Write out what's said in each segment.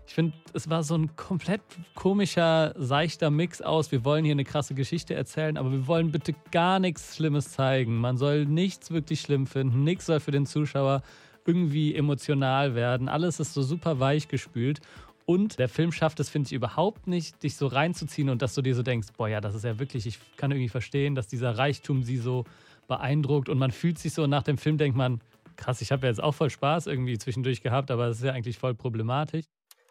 Ich finde, es war so ein komplett komischer, seichter Mix aus. Wir wollen hier eine krasse Geschichte erzählen, aber wir wollen bitte gar nichts Schlimmes zeigen. Man soll nichts wirklich schlimm finden. Nichts soll für den Zuschauer irgendwie emotional werden. Alles ist so super weich gespült. Und der Film schafft es, finde ich, überhaupt nicht, dich so reinzuziehen und dass du dir so denkst, boah, ja, das ist ja wirklich, ich kann irgendwie verstehen, dass dieser Reichtum sie so beeindruckt. Und man fühlt sich so, und nach dem Film denkt man, krass, ich habe ja jetzt auch voll Spaß irgendwie zwischendurch gehabt, aber das ist ja eigentlich voll problematisch.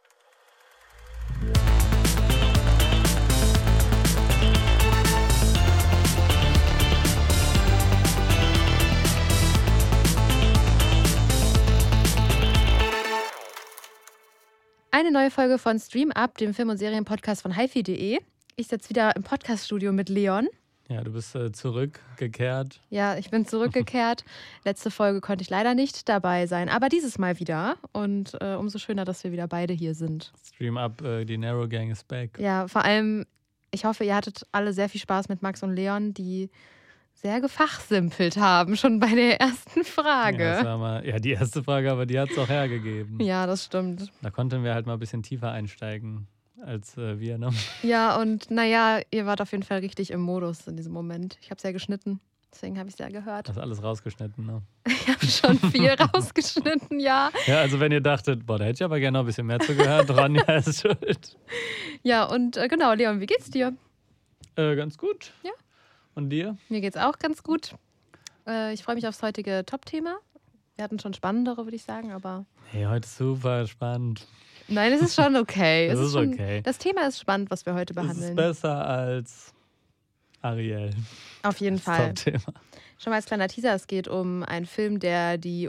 Eine neue Folge von Stream Up, dem Film- und Serienpodcast von hifi.de. Ich sitze wieder im Podcaststudio mit Leon. Ja, du bist zurückgekehrt. Ja, ich bin zurückgekehrt. Letzte Folge konnte ich leider nicht dabei sein, aber dieses Mal wieder. Und umso schöner, dass wir wieder beide hier sind. Stream Up, die Narrow Gang is back. Ja, vor allem, ich hoffe, ihr hattet alle sehr viel Spaß mit Max und Leon, die sehr gefachsimpelt haben, schon bei der ersten Frage. Ja, das war mal, die erste Frage, aber die hat es auch hergegeben. Ja, das stimmt. Da konnten wir halt mal ein bisschen tiefer einsteigen als wir. Ne? Ja, und naja, ihr wart auf jeden Fall richtig im Modus in diesem Moment. Ich habe es ja geschnitten, deswegen habe ich es ja gehört. Hast alles rausgeschnitten, ne? Ich habe schon viel rausgeschnitten, ja. Ja, also wenn ihr dachtet, boah, da hätte ich aber gerne noch ein bisschen mehr zugehört, Ronja ist schuld. Ja, und genau, Leon, wie geht's dir? Ganz gut. Ja. Und dir? Mir geht's auch ganz gut. Ich freue mich aufs heutige Top-Thema. Wir hatten schon spannendere, würde ich sagen, aber... Hey, heute ist super spannend. Nein, es ist schon okay. Es ist okay. Das Thema ist spannend, was wir heute Es behandeln. ist besser als Ariel. Auf jeden Fall. Top-Thema. Schon mal als kleiner Teaser, es geht um einen Film, der die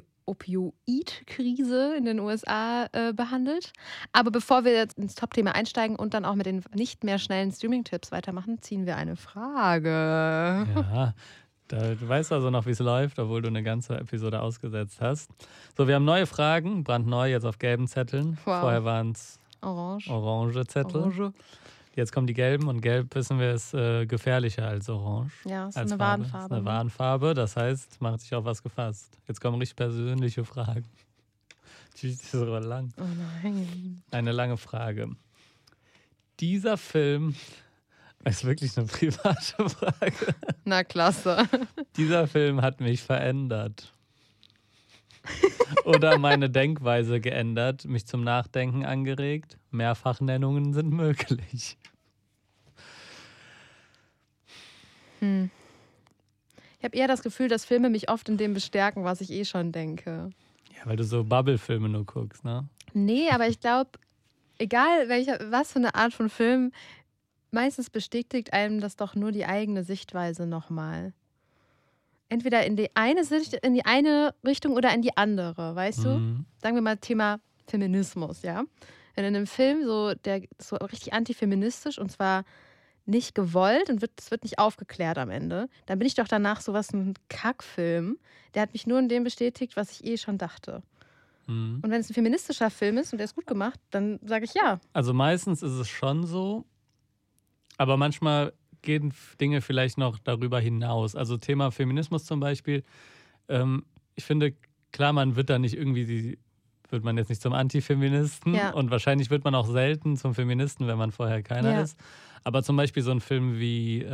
Opioid-Krise in den USA behandelt. Aber bevor wir jetzt ins Top-Thema einsteigen und dann auch mit den nicht mehr schnellen Streaming-Tipps weitermachen, ziehen wir eine Frage. Ja, du weißt also noch, wie es läuft, obwohl du eine ganze Episode ausgesetzt hast. So, wir haben neue Fragen, brandneu, jetzt auf gelben Zetteln. Wow. Vorher waren es orange Zettel. Orange. Jetzt kommen die gelben und gelb, wissen wir, ist gefährlicher als orange. Ja, ist als eine Farbe. Warnfarbe. Ist eine Warnfarbe, das heißt, macht sich auf was gefasst. Jetzt kommen richtig persönliche Fragen. Die ist so lang. Oh nein. Eine lange Frage. Dieser Film ist wirklich eine private Frage. Na klasse. Dieser Film hat mich verändert. Oder meine Denkweise geändert, mich zum Nachdenken angeregt. Mehrfachnennungen sind möglich. Ich habe eher das Gefühl, dass Filme mich oft in dem bestärken, was ich eh schon denke. Ja, weil du so Bubble-Filme nur guckst, ne? Nee, aber ich glaube, egal was für eine Art von Film, meistens bestätigt einem das doch nur die eigene Sichtweise nochmal. Entweder in die eine Richtung oder in die andere, weißt du? Sagen wir mal Thema Feminismus, ja? Wenn in einem Film der so richtig antifeministisch und zwar nicht gewollt und es wird nicht aufgeklärt am Ende, dann bin ich doch danach sowas ein Kackfilm. Der hat mich nur in dem bestätigt, was ich eh schon dachte. Und wenn es ein feministischer Film ist und der ist gut gemacht, dann sage ich ja. Also meistens ist es schon so, aber manchmal gehen Dinge vielleicht noch darüber hinaus. Also Thema Feminismus zum Beispiel. Ich finde, klar, man wird da nicht irgendwie, wird man jetzt nicht zum Antifeministen und wahrscheinlich wird man auch selten zum Feministen, wenn man vorher keiner ist. Aber zum Beispiel so ein Film wie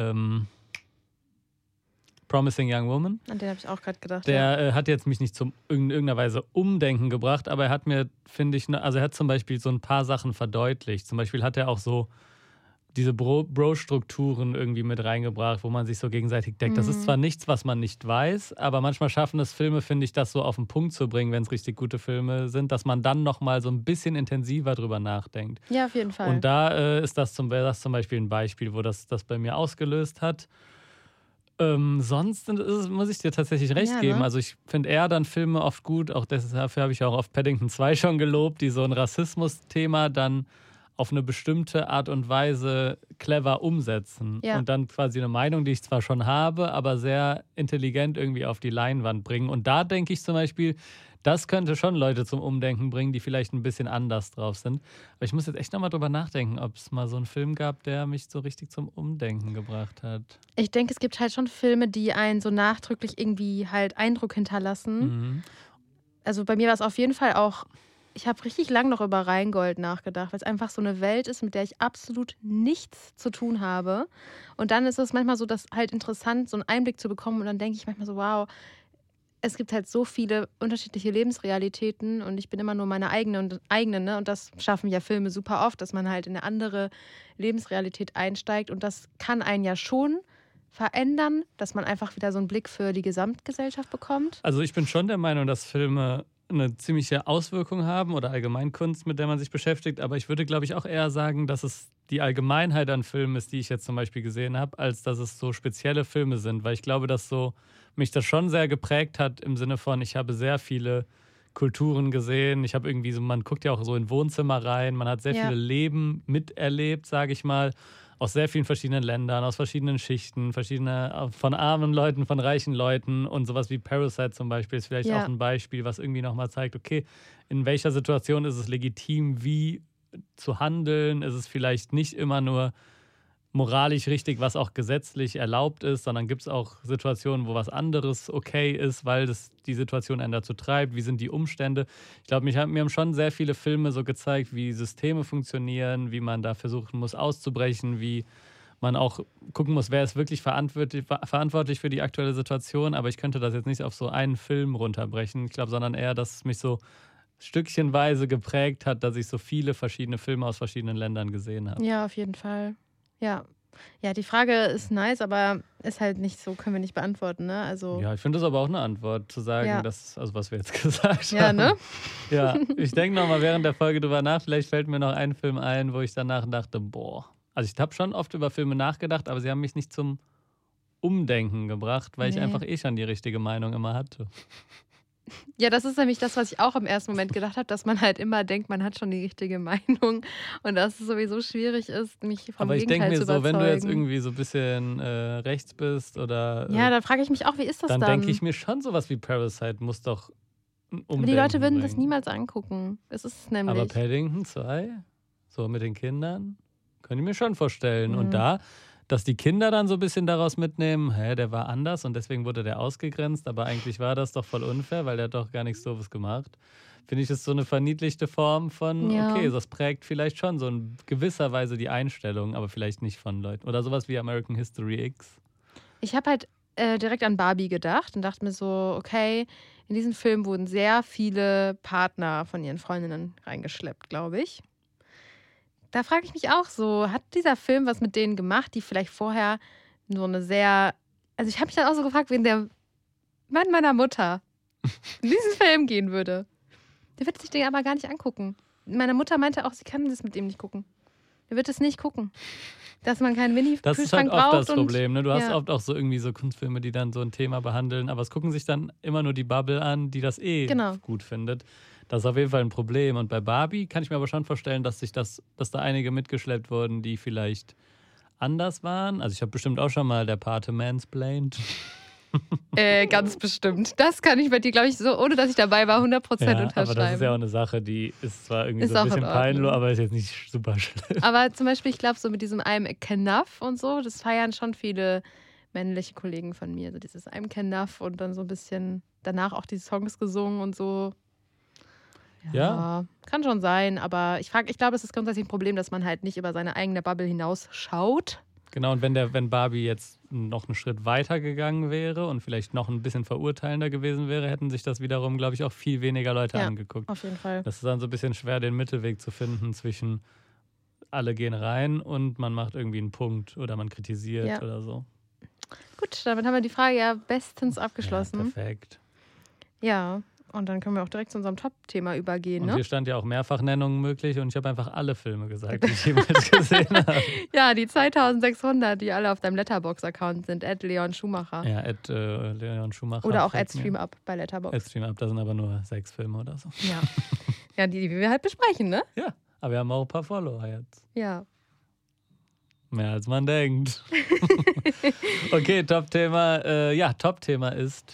Promising Young Woman. An den habe ich auch gerade gedacht. Der hat jetzt mich nicht zum irgendeiner Weise Umdenken gebracht, aber er hat mir, finde ich, also er hat zum Beispiel so ein paar Sachen verdeutlicht. Zum Beispiel hat er auch so diese Bro-Strukturen irgendwie mit reingebracht, wo man sich so gegenseitig deckt. Das ist zwar nichts, was man nicht weiß, aber manchmal schaffen es Filme, finde ich, das so auf den Punkt zu bringen, wenn es richtig gute Filme sind, dass man dann nochmal so ein bisschen intensiver drüber nachdenkt. Ja, auf jeden Fall. Und da ist das zum Beispiel ein Beispiel, wo das bei mir ausgelöst hat. Sonst muss ich dir tatsächlich recht geben. Ne? Also ich finde eher dann Filme oft gut, auch dafür habe ich auch auf Paddington 2 schon gelobt, die so ein Rassismus-Thema dann auf eine bestimmte Art und Weise clever umsetzen und dann quasi eine Meinung, die ich zwar schon habe, aber sehr intelligent irgendwie auf die Leinwand bringen. Und da denke ich zum Beispiel, das könnte schon Leute zum Umdenken bringen, die vielleicht ein bisschen anders drauf sind. Aber ich muss jetzt echt nochmal drüber nachdenken, ob es mal so einen Film gab, der mich so richtig zum Umdenken gebracht hat. Ich denke, es gibt halt schon Filme, die einen so nachdrücklich irgendwie halt Eindruck hinterlassen. Also bei mir war es auf jeden Fall auch Ich habe richtig lang noch über Rheingold nachgedacht, weil es einfach so eine Welt ist, mit der ich absolut nichts zu tun habe. Und dann ist es manchmal so, dass halt interessant, so einen Einblick zu bekommen. Und dann denke ich manchmal so, wow, es gibt halt so viele unterschiedliche Lebensrealitäten und ich bin immer nur meine eigene, ne? Und das schaffen ja Filme super oft, dass man halt in eine andere Lebensrealität einsteigt. Und das kann einen ja schon verändern, dass man einfach wieder so einen Blick für die Gesamtgesellschaft bekommt. Also ich bin schon der Meinung, dass Filme eine ziemliche Auswirkung haben oder Allgemeinkunst, mit der man sich beschäftigt. Aber ich würde, glaube ich, auch eher sagen, dass es die Allgemeinheit an Filmen ist, die ich jetzt zum Beispiel gesehen habe, als dass es so spezielle Filme sind. Weil ich glaube, dass so mich das schon sehr geprägt hat im Sinne von, ich habe sehr viele Kulturen gesehen. Ich habe irgendwie so, man guckt ja auch so in Wohnzimmer rein, man hat sehr viele Leben miterlebt, sage ich mal, aus sehr vielen verschiedenen Ländern, aus verschiedenen Schichten, von armen Leuten, von reichen Leuten und sowas wie Parasite zum Beispiel ist vielleicht auch ein Beispiel, was irgendwie nochmal zeigt, okay, in welcher Situation ist es legitim, wie zu handeln, ist es vielleicht nicht immer nur moralisch richtig, was auch gesetzlich erlaubt ist, sondern gibt es auch Situationen, wo was anderes okay ist, weil das die Situation einen dazu treibt. Wie sind die Umstände? Ich glaube, mir haben schon sehr viele Filme so gezeigt, wie Systeme funktionieren, wie man da versuchen muss auszubrechen, wie man auch gucken muss, wer ist wirklich verantwortlich für die aktuelle Situation. Aber ich könnte das jetzt nicht auf so einen Film runterbrechen. Ich glaube, sondern eher, dass es mich so stückchenweise geprägt hat, dass ich so viele verschiedene Filme aus verschiedenen Ländern gesehen habe. Ja, auf jeden Fall. Ja. Ja, die Frage ist nice, aber ist halt nicht so, können wir nicht beantworten, ne? Also ja, ich finde das aber auch eine Antwort, zu sagen, dass, also was wir jetzt gesagt haben. Ja, ne? Ja, ich denke nochmal während der Folge drüber nach, vielleicht fällt mir noch ein Film ein, wo ich danach dachte, boah. Also ich habe schon oft über Filme nachgedacht, aber sie haben mich nicht zum Umdenken gebracht, weil ich einfach schon die richtige Meinung immer hatte. Ja, das ist nämlich das, was ich auch im ersten Moment gedacht habe, dass man halt immer denkt, man hat schon die richtige Meinung und dass es sowieso schwierig ist, mich vom Aber ich Gegenteil denke zu mir so, überzeugen. wenn du jetzt irgendwie so ein bisschen rechts bist oder ja, dann frage ich mich auch, wie ist das dann? Dann denke ich mir schon, sowas wie Parasite muss doch Umdenken Aber die Leute würden bringen. das niemals angucken. Das ist es nämlich. Aber Paddington 2, so mit den Kindern, könnte ich mir schon vorstellen. Und da, dass die Kinder dann so ein bisschen daraus mitnehmen, der war anders und deswegen wurde der ausgegrenzt, aber eigentlich war das doch voll unfair, weil der hat doch gar nichts Doofes gemacht. Finde ich, ist so eine verniedlichte Form von, okay, das prägt vielleicht schon so in gewisser Weise die Einstellung, aber vielleicht nicht von Leuten. Oder sowas wie American History X. Ich habe halt direkt an Barbie gedacht und dachte mir so, okay, in diesem Film wurden sehr viele Partner von ihren Freundinnen reingeschleppt, glaube ich. Da frage ich mich auch so, hat dieser Film was mit denen gemacht, die vielleicht vorher nur eine sehr, also ich habe mich dann auch so gefragt, wenn der Mann meiner Mutter in diesen Film gehen würde, der wird sich den aber gar nicht angucken. Meine Mutter meinte auch, sie kann das mit ihm nicht gucken. Er wird es nicht gucken. Dass man keinen Winnie-Kühlschrank Das ist halt braucht. oft das Problem. Ne? Du hast oft auch so irgendwie so Kunstfilme, die dann so ein Thema behandeln, aber es gucken sich dann immer nur die Bubble an, die das gut findet. Das ist auf jeden Fall ein Problem. Und bei Barbie kann ich mir aber schon vorstellen, dass da einige mitgeschleppt wurden, die vielleicht anders waren. Also ich habe bestimmt auch schon mal der Pate mansplained. Ganz bestimmt. Das kann ich bei dir, glaube ich, so, ohne dass ich dabei war, 100% unterschreiben. Aber das ist ja auch eine Sache, die ist zwar irgendwie so ein bisschen peinlich, aber ist jetzt nicht super schlimm. Aber zum Beispiel, ich glaube, so mit diesem I'm enough und so, das feiern schon viele männliche Kollegen von mir. So dieses I'm enough und dann so ein bisschen danach auch die Songs gesungen und so. Ja, kann schon sein, aber ich glaube, es ist grundsätzlich ein Problem, dass man halt nicht über seine eigene Bubble hinausschaut. Genau, und wenn Barbie jetzt noch einen Schritt weiter gegangen wäre und vielleicht noch ein bisschen verurteilender gewesen wäre, hätten sich das wiederum, glaube ich, auch viel weniger Leute angeguckt. Auf jeden Fall. Das ist dann so ein bisschen schwer, den Mittelweg zu finden zwischen alle gehen rein und man macht irgendwie einen Punkt oder man kritisiert oder so. Gut, damit haben wir die Frage ja bestens abgeschlossen. Ja, perfekt. Ja. Und dann können wir auch direkt zu unserem Top-Thema übergehen. Und hier stand ja auch Mehrfachnennungen möglich und ich habe einfach alle Filme gesagt, die ich jemals gesehen habe. Ja, die 2600, die alle auf deinem Letterboxd-Account sind, @Leon Schumacher. Ja, Leon Schumacher. Oder auch @StreamUp bei Letterboxd. @StreamUp, da sind aber nur 6 Filme oder so. Ja. Ja, die wir halt besprechen, ne? Ja, aber wir haben auch ein paar Follower jetzt. Ja. Mehr als man denkt. Okay, Top-Thema. Top-Thema ist...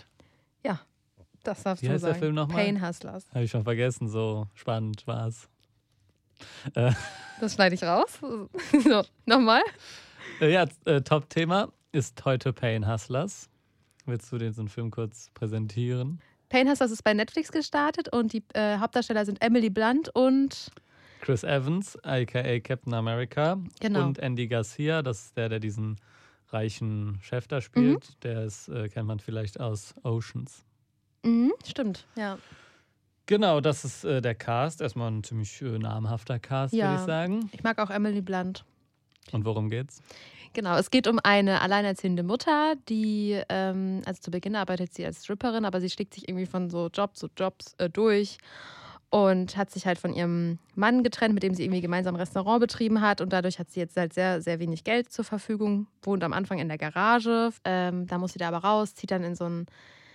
Das darfst Wie du heißt sagen. Der Film nochmal? Pain Hustlers. Habe ich schon vergessen, so spannend war's. Das schneide ich raus. So, nochmal. Top-Thema ist heute Pain Hustlers. Willst du den so einen Film kurz präsentieren? Painhurst ist bei Netflix gestartet und die Hauptdarsteller sind Emily Blunt und Chris Evans, a.k.a. Captain America. Genau. Und Andy Garcia, das ist der diesen reichen Chef da spielt. Der ist, kennt man vielleicht aus Oceans. Stimmt, ja. Genau, das ist der Cast. Erstmal ein ziemlich namhafter Cast, würde ich sagen. Ich mag auch Emily Blunt. Und worum geht's? Genau, es geht um eine alleinerziehende Mutter, die, also zu Beginn arbeitet sie als Stripperin, aber sie schlägt sich irgendwie von so Job zu Jobs durch und hat sich halt von ihrem Mann getrennt, mit dem sie irgendwie gemeinsam ein Restaurant betrieben hat. Und dadurch hat sie jetzt halt sehr, sehr wenig Geld zur Verfügung, wohnt am Anfang in der Garage. Da muss sie da aber raus, zieht dann in so ein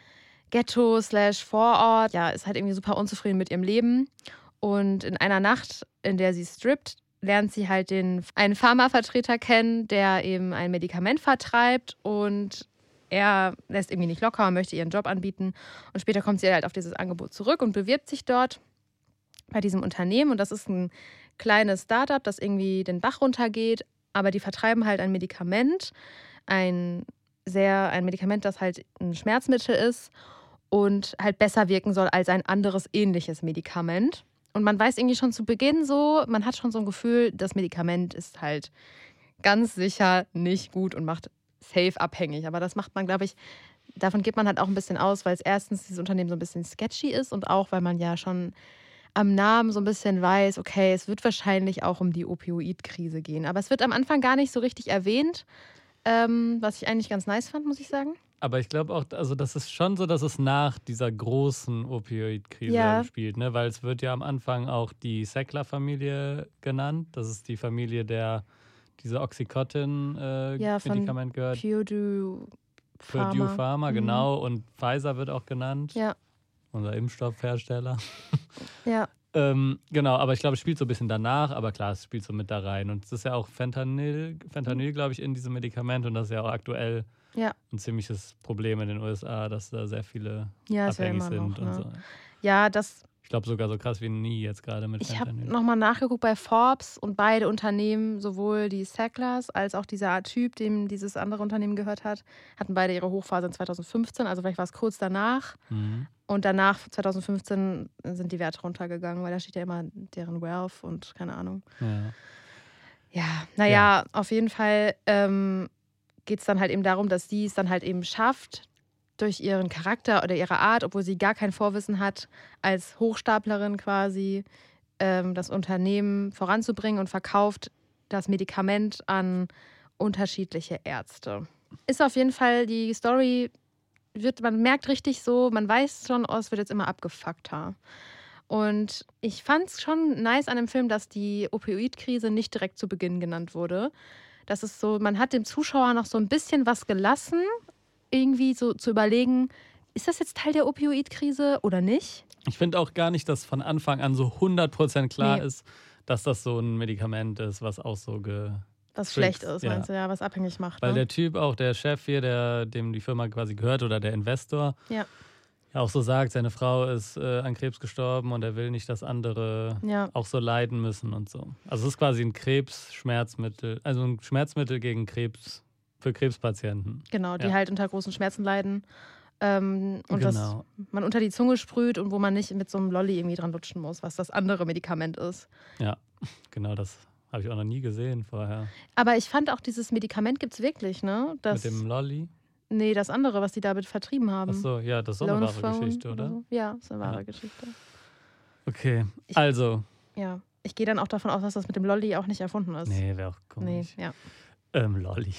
Ghetto/Vorort. Ja, ist halt irgendwie super unzufrieden mit ihrem Leben. Und in einer Nacht, in der sie strippt, lernt sie halt einen Pharmavertreter kennen, der eben ein Medikament vertreibt. Und er lässt irgendwie nicht locker und möchte ihren Job anbieten. Und später kommt sie halt auf dieses Angebot zurück und bewirbt sich dort bei diesem Unternehmen. Und das ist ein kleines Startup, das irgendwie den Bach runtergeht. Aber die vertreiben halt ein Medikament. Ein Medikament, das halt ein Schmerzmittel ist und halt besser wirken soll als ein anderes ähnliches Medikament. Und man weiß irgendwie schon zu Beginn so, man hat schon so ein Gefühl, das Medikament ist halt ganz sicher nicht gut und macht safe abhängig. Aber das macht man, glaube ich, davon geht man halt auch ein bisschen aus, weil es erstens dieses Unternehmen so ein bisschen sketchy ist und auch, weil man ja schon am Namen so ein bisschen weiß, okay, es wird wahrscheinlich auch um die Opioid-Krise gehen. Aber es wird am Anfang gar nicht so richtig erwähnt, was ich eigentlich ganz nice fand, muss ich sagen. Aber ich glaube auch, also das ist schon so, dass es nach dieser großen Opioid-Krise spielt, ne? Weil es wird ja am Anfang auch die Sackler-Familie genannt. Das ist die Familie, der diese Oxycontin-Medikament gehört. Purdue Pharma, genau. Und Pfizer wird auch genannt. Ja. Unser Impfstoffhersteller. Ja. Genau, aber ich glaube, es spielt so ein bisschen danach, aber klar, es spielt so mit da rein. Und es ist ja auch Fentanyl, glaube ich, in diesem Medikament und das ist ja auch aktuell ein ziemliches Problem in den USA, dass da sehr viele abhängig sind noch, und so. Ja, ich glaube sogar so krass wie nie jetzt gerade mit Fentanyl. Ich habe nochmal nachgeguckt bei Forbes und beide Unternehmen, sowohl die Sacklers als auch dieser Typ, dem dieses andere Unternehmen gehört hat, hatten beide ihre Hochphase in 2015, also vielleicht war es kurz danach. Und danach, 2015, sind die Werte runtergegangen, weil da steht ja immer deren Wealth und keine Ahnung. Ja, auf jeden Fall geht es dann halt eben darum, dass sie es dann halt eben schafft, durch ihren Charakter oder ihre Art, obwohl sie gar kein Vorwissen hat, als Hochstaplerin quasi das Unternehmen voranzubringen und verkauft das Medikament an unterschiedliche Ärzte. Ist auf jeden Fall die Story, man merkt richtig so, man weiß schon, es wird jetzt immer abgefuckter. Und ich fand es schon nice an dem Film, dass die Opioid-Krise nicht direkt zu Beginn genannt wurde. Das ist so, man hat dem Zuschauer noch so ein bisschen was gelassen, irgendwie so zu überlegen, ist das jetzt Teil der Opioid-Krise oder nicht? Ich finde auch gar nicht, dass von Anfang an so 100% klar ist, dass das so ein Medikament ist, was auch so was schlecht ist, meinst du, was abhängig macht. Weil der Typ, auch der Chef hier, dem die Firma quasi gehört oder der Investor, auch so sagt, seine Frau ist an Krebs gestorben und er will nicht, dass andere auch so leiden müssen und so. Also es ist quasi ein Krebsschmerzmittel, also ein Schmerzmittel gegen Krebs für Krebspatienten. Genau, die halt unter großen Schmerzen leiden. Und das man unter die Zunge sprüht und wo man nicht mit so einem Lolli irgendwie dran lutschen muss, was das andere Medikament ist. Ja, genau, das habe ich auch noch nie gesehen vorher. Aber ich fand auch, dieses Medikament gibt es wirklich, ne? Mit dem Lolli? Nee, das andere, was die damit vertrieben haben. Ach so, ja, das ist auch eine wahre Geschichte, oder? So. Ja, das ist eine wahre Geschichte. Okay, also. Ich gehe dann auch davon aus, dass das mit dem Lolli auch nicht erfunden ist. Nee, wäre auch komisch. Nee, ja. Lolli.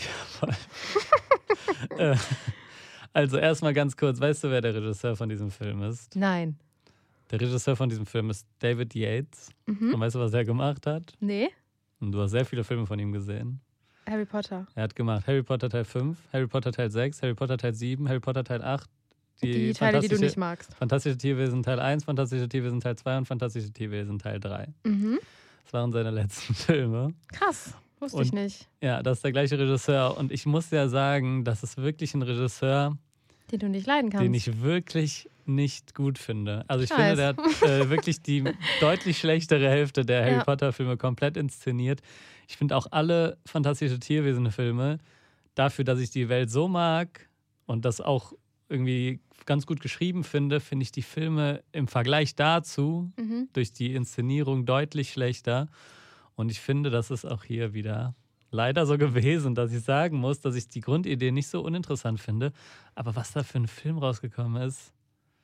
Also erstmal ganz kurz, weißt du, wer der Regisseur von diesem Film ist? Nein. Der Regisseur von diesem Film ist David Yates. Und weißt du, was er gemacht hat? Nee. Und du hast sehr viele Filme von ihm gesehen. Harry Potter. Er hat gemacht Harry Potter Teil 5, Harry Potter Teil 6, Harry Potter Teil 7, Harry Potter Teil 8. Die Teile, die du nicht magst. Fantastische Tierwesen Teil 1, Fantastische Tierwesen Teil 2 und Fantastische Tierwesen Teil 3. Das waren seine letzten Filme. Krass. Wusste ich nicht. Ja, das ist der gleiche Regisseur. Und ich muss ja sagen, das ist wirklich ein Regisseur, den du nicht leiden kannst. Den ich wirklich nicht gut finde. Also ich finde, der hat wirklich die deutlich schlechtere Hälfte der Harry Potter-Filme komplett inszeniert. Ich finde auch alle Fantastische Tierwesen-Filme, dafür, dass ich die Welt so mag und das auch irgendwie ganz gut geschrieben finde, finde ich die Filme im Vergleich dazu durch die Inszenierung deutlich schlechter. Und ich finde, das ist auch hier wieder leider so gewesen, dass ich sagen muss, dass ich die Grundidee nicht so uninteressant finde. Aber was da für ein Film rausgekommen ist,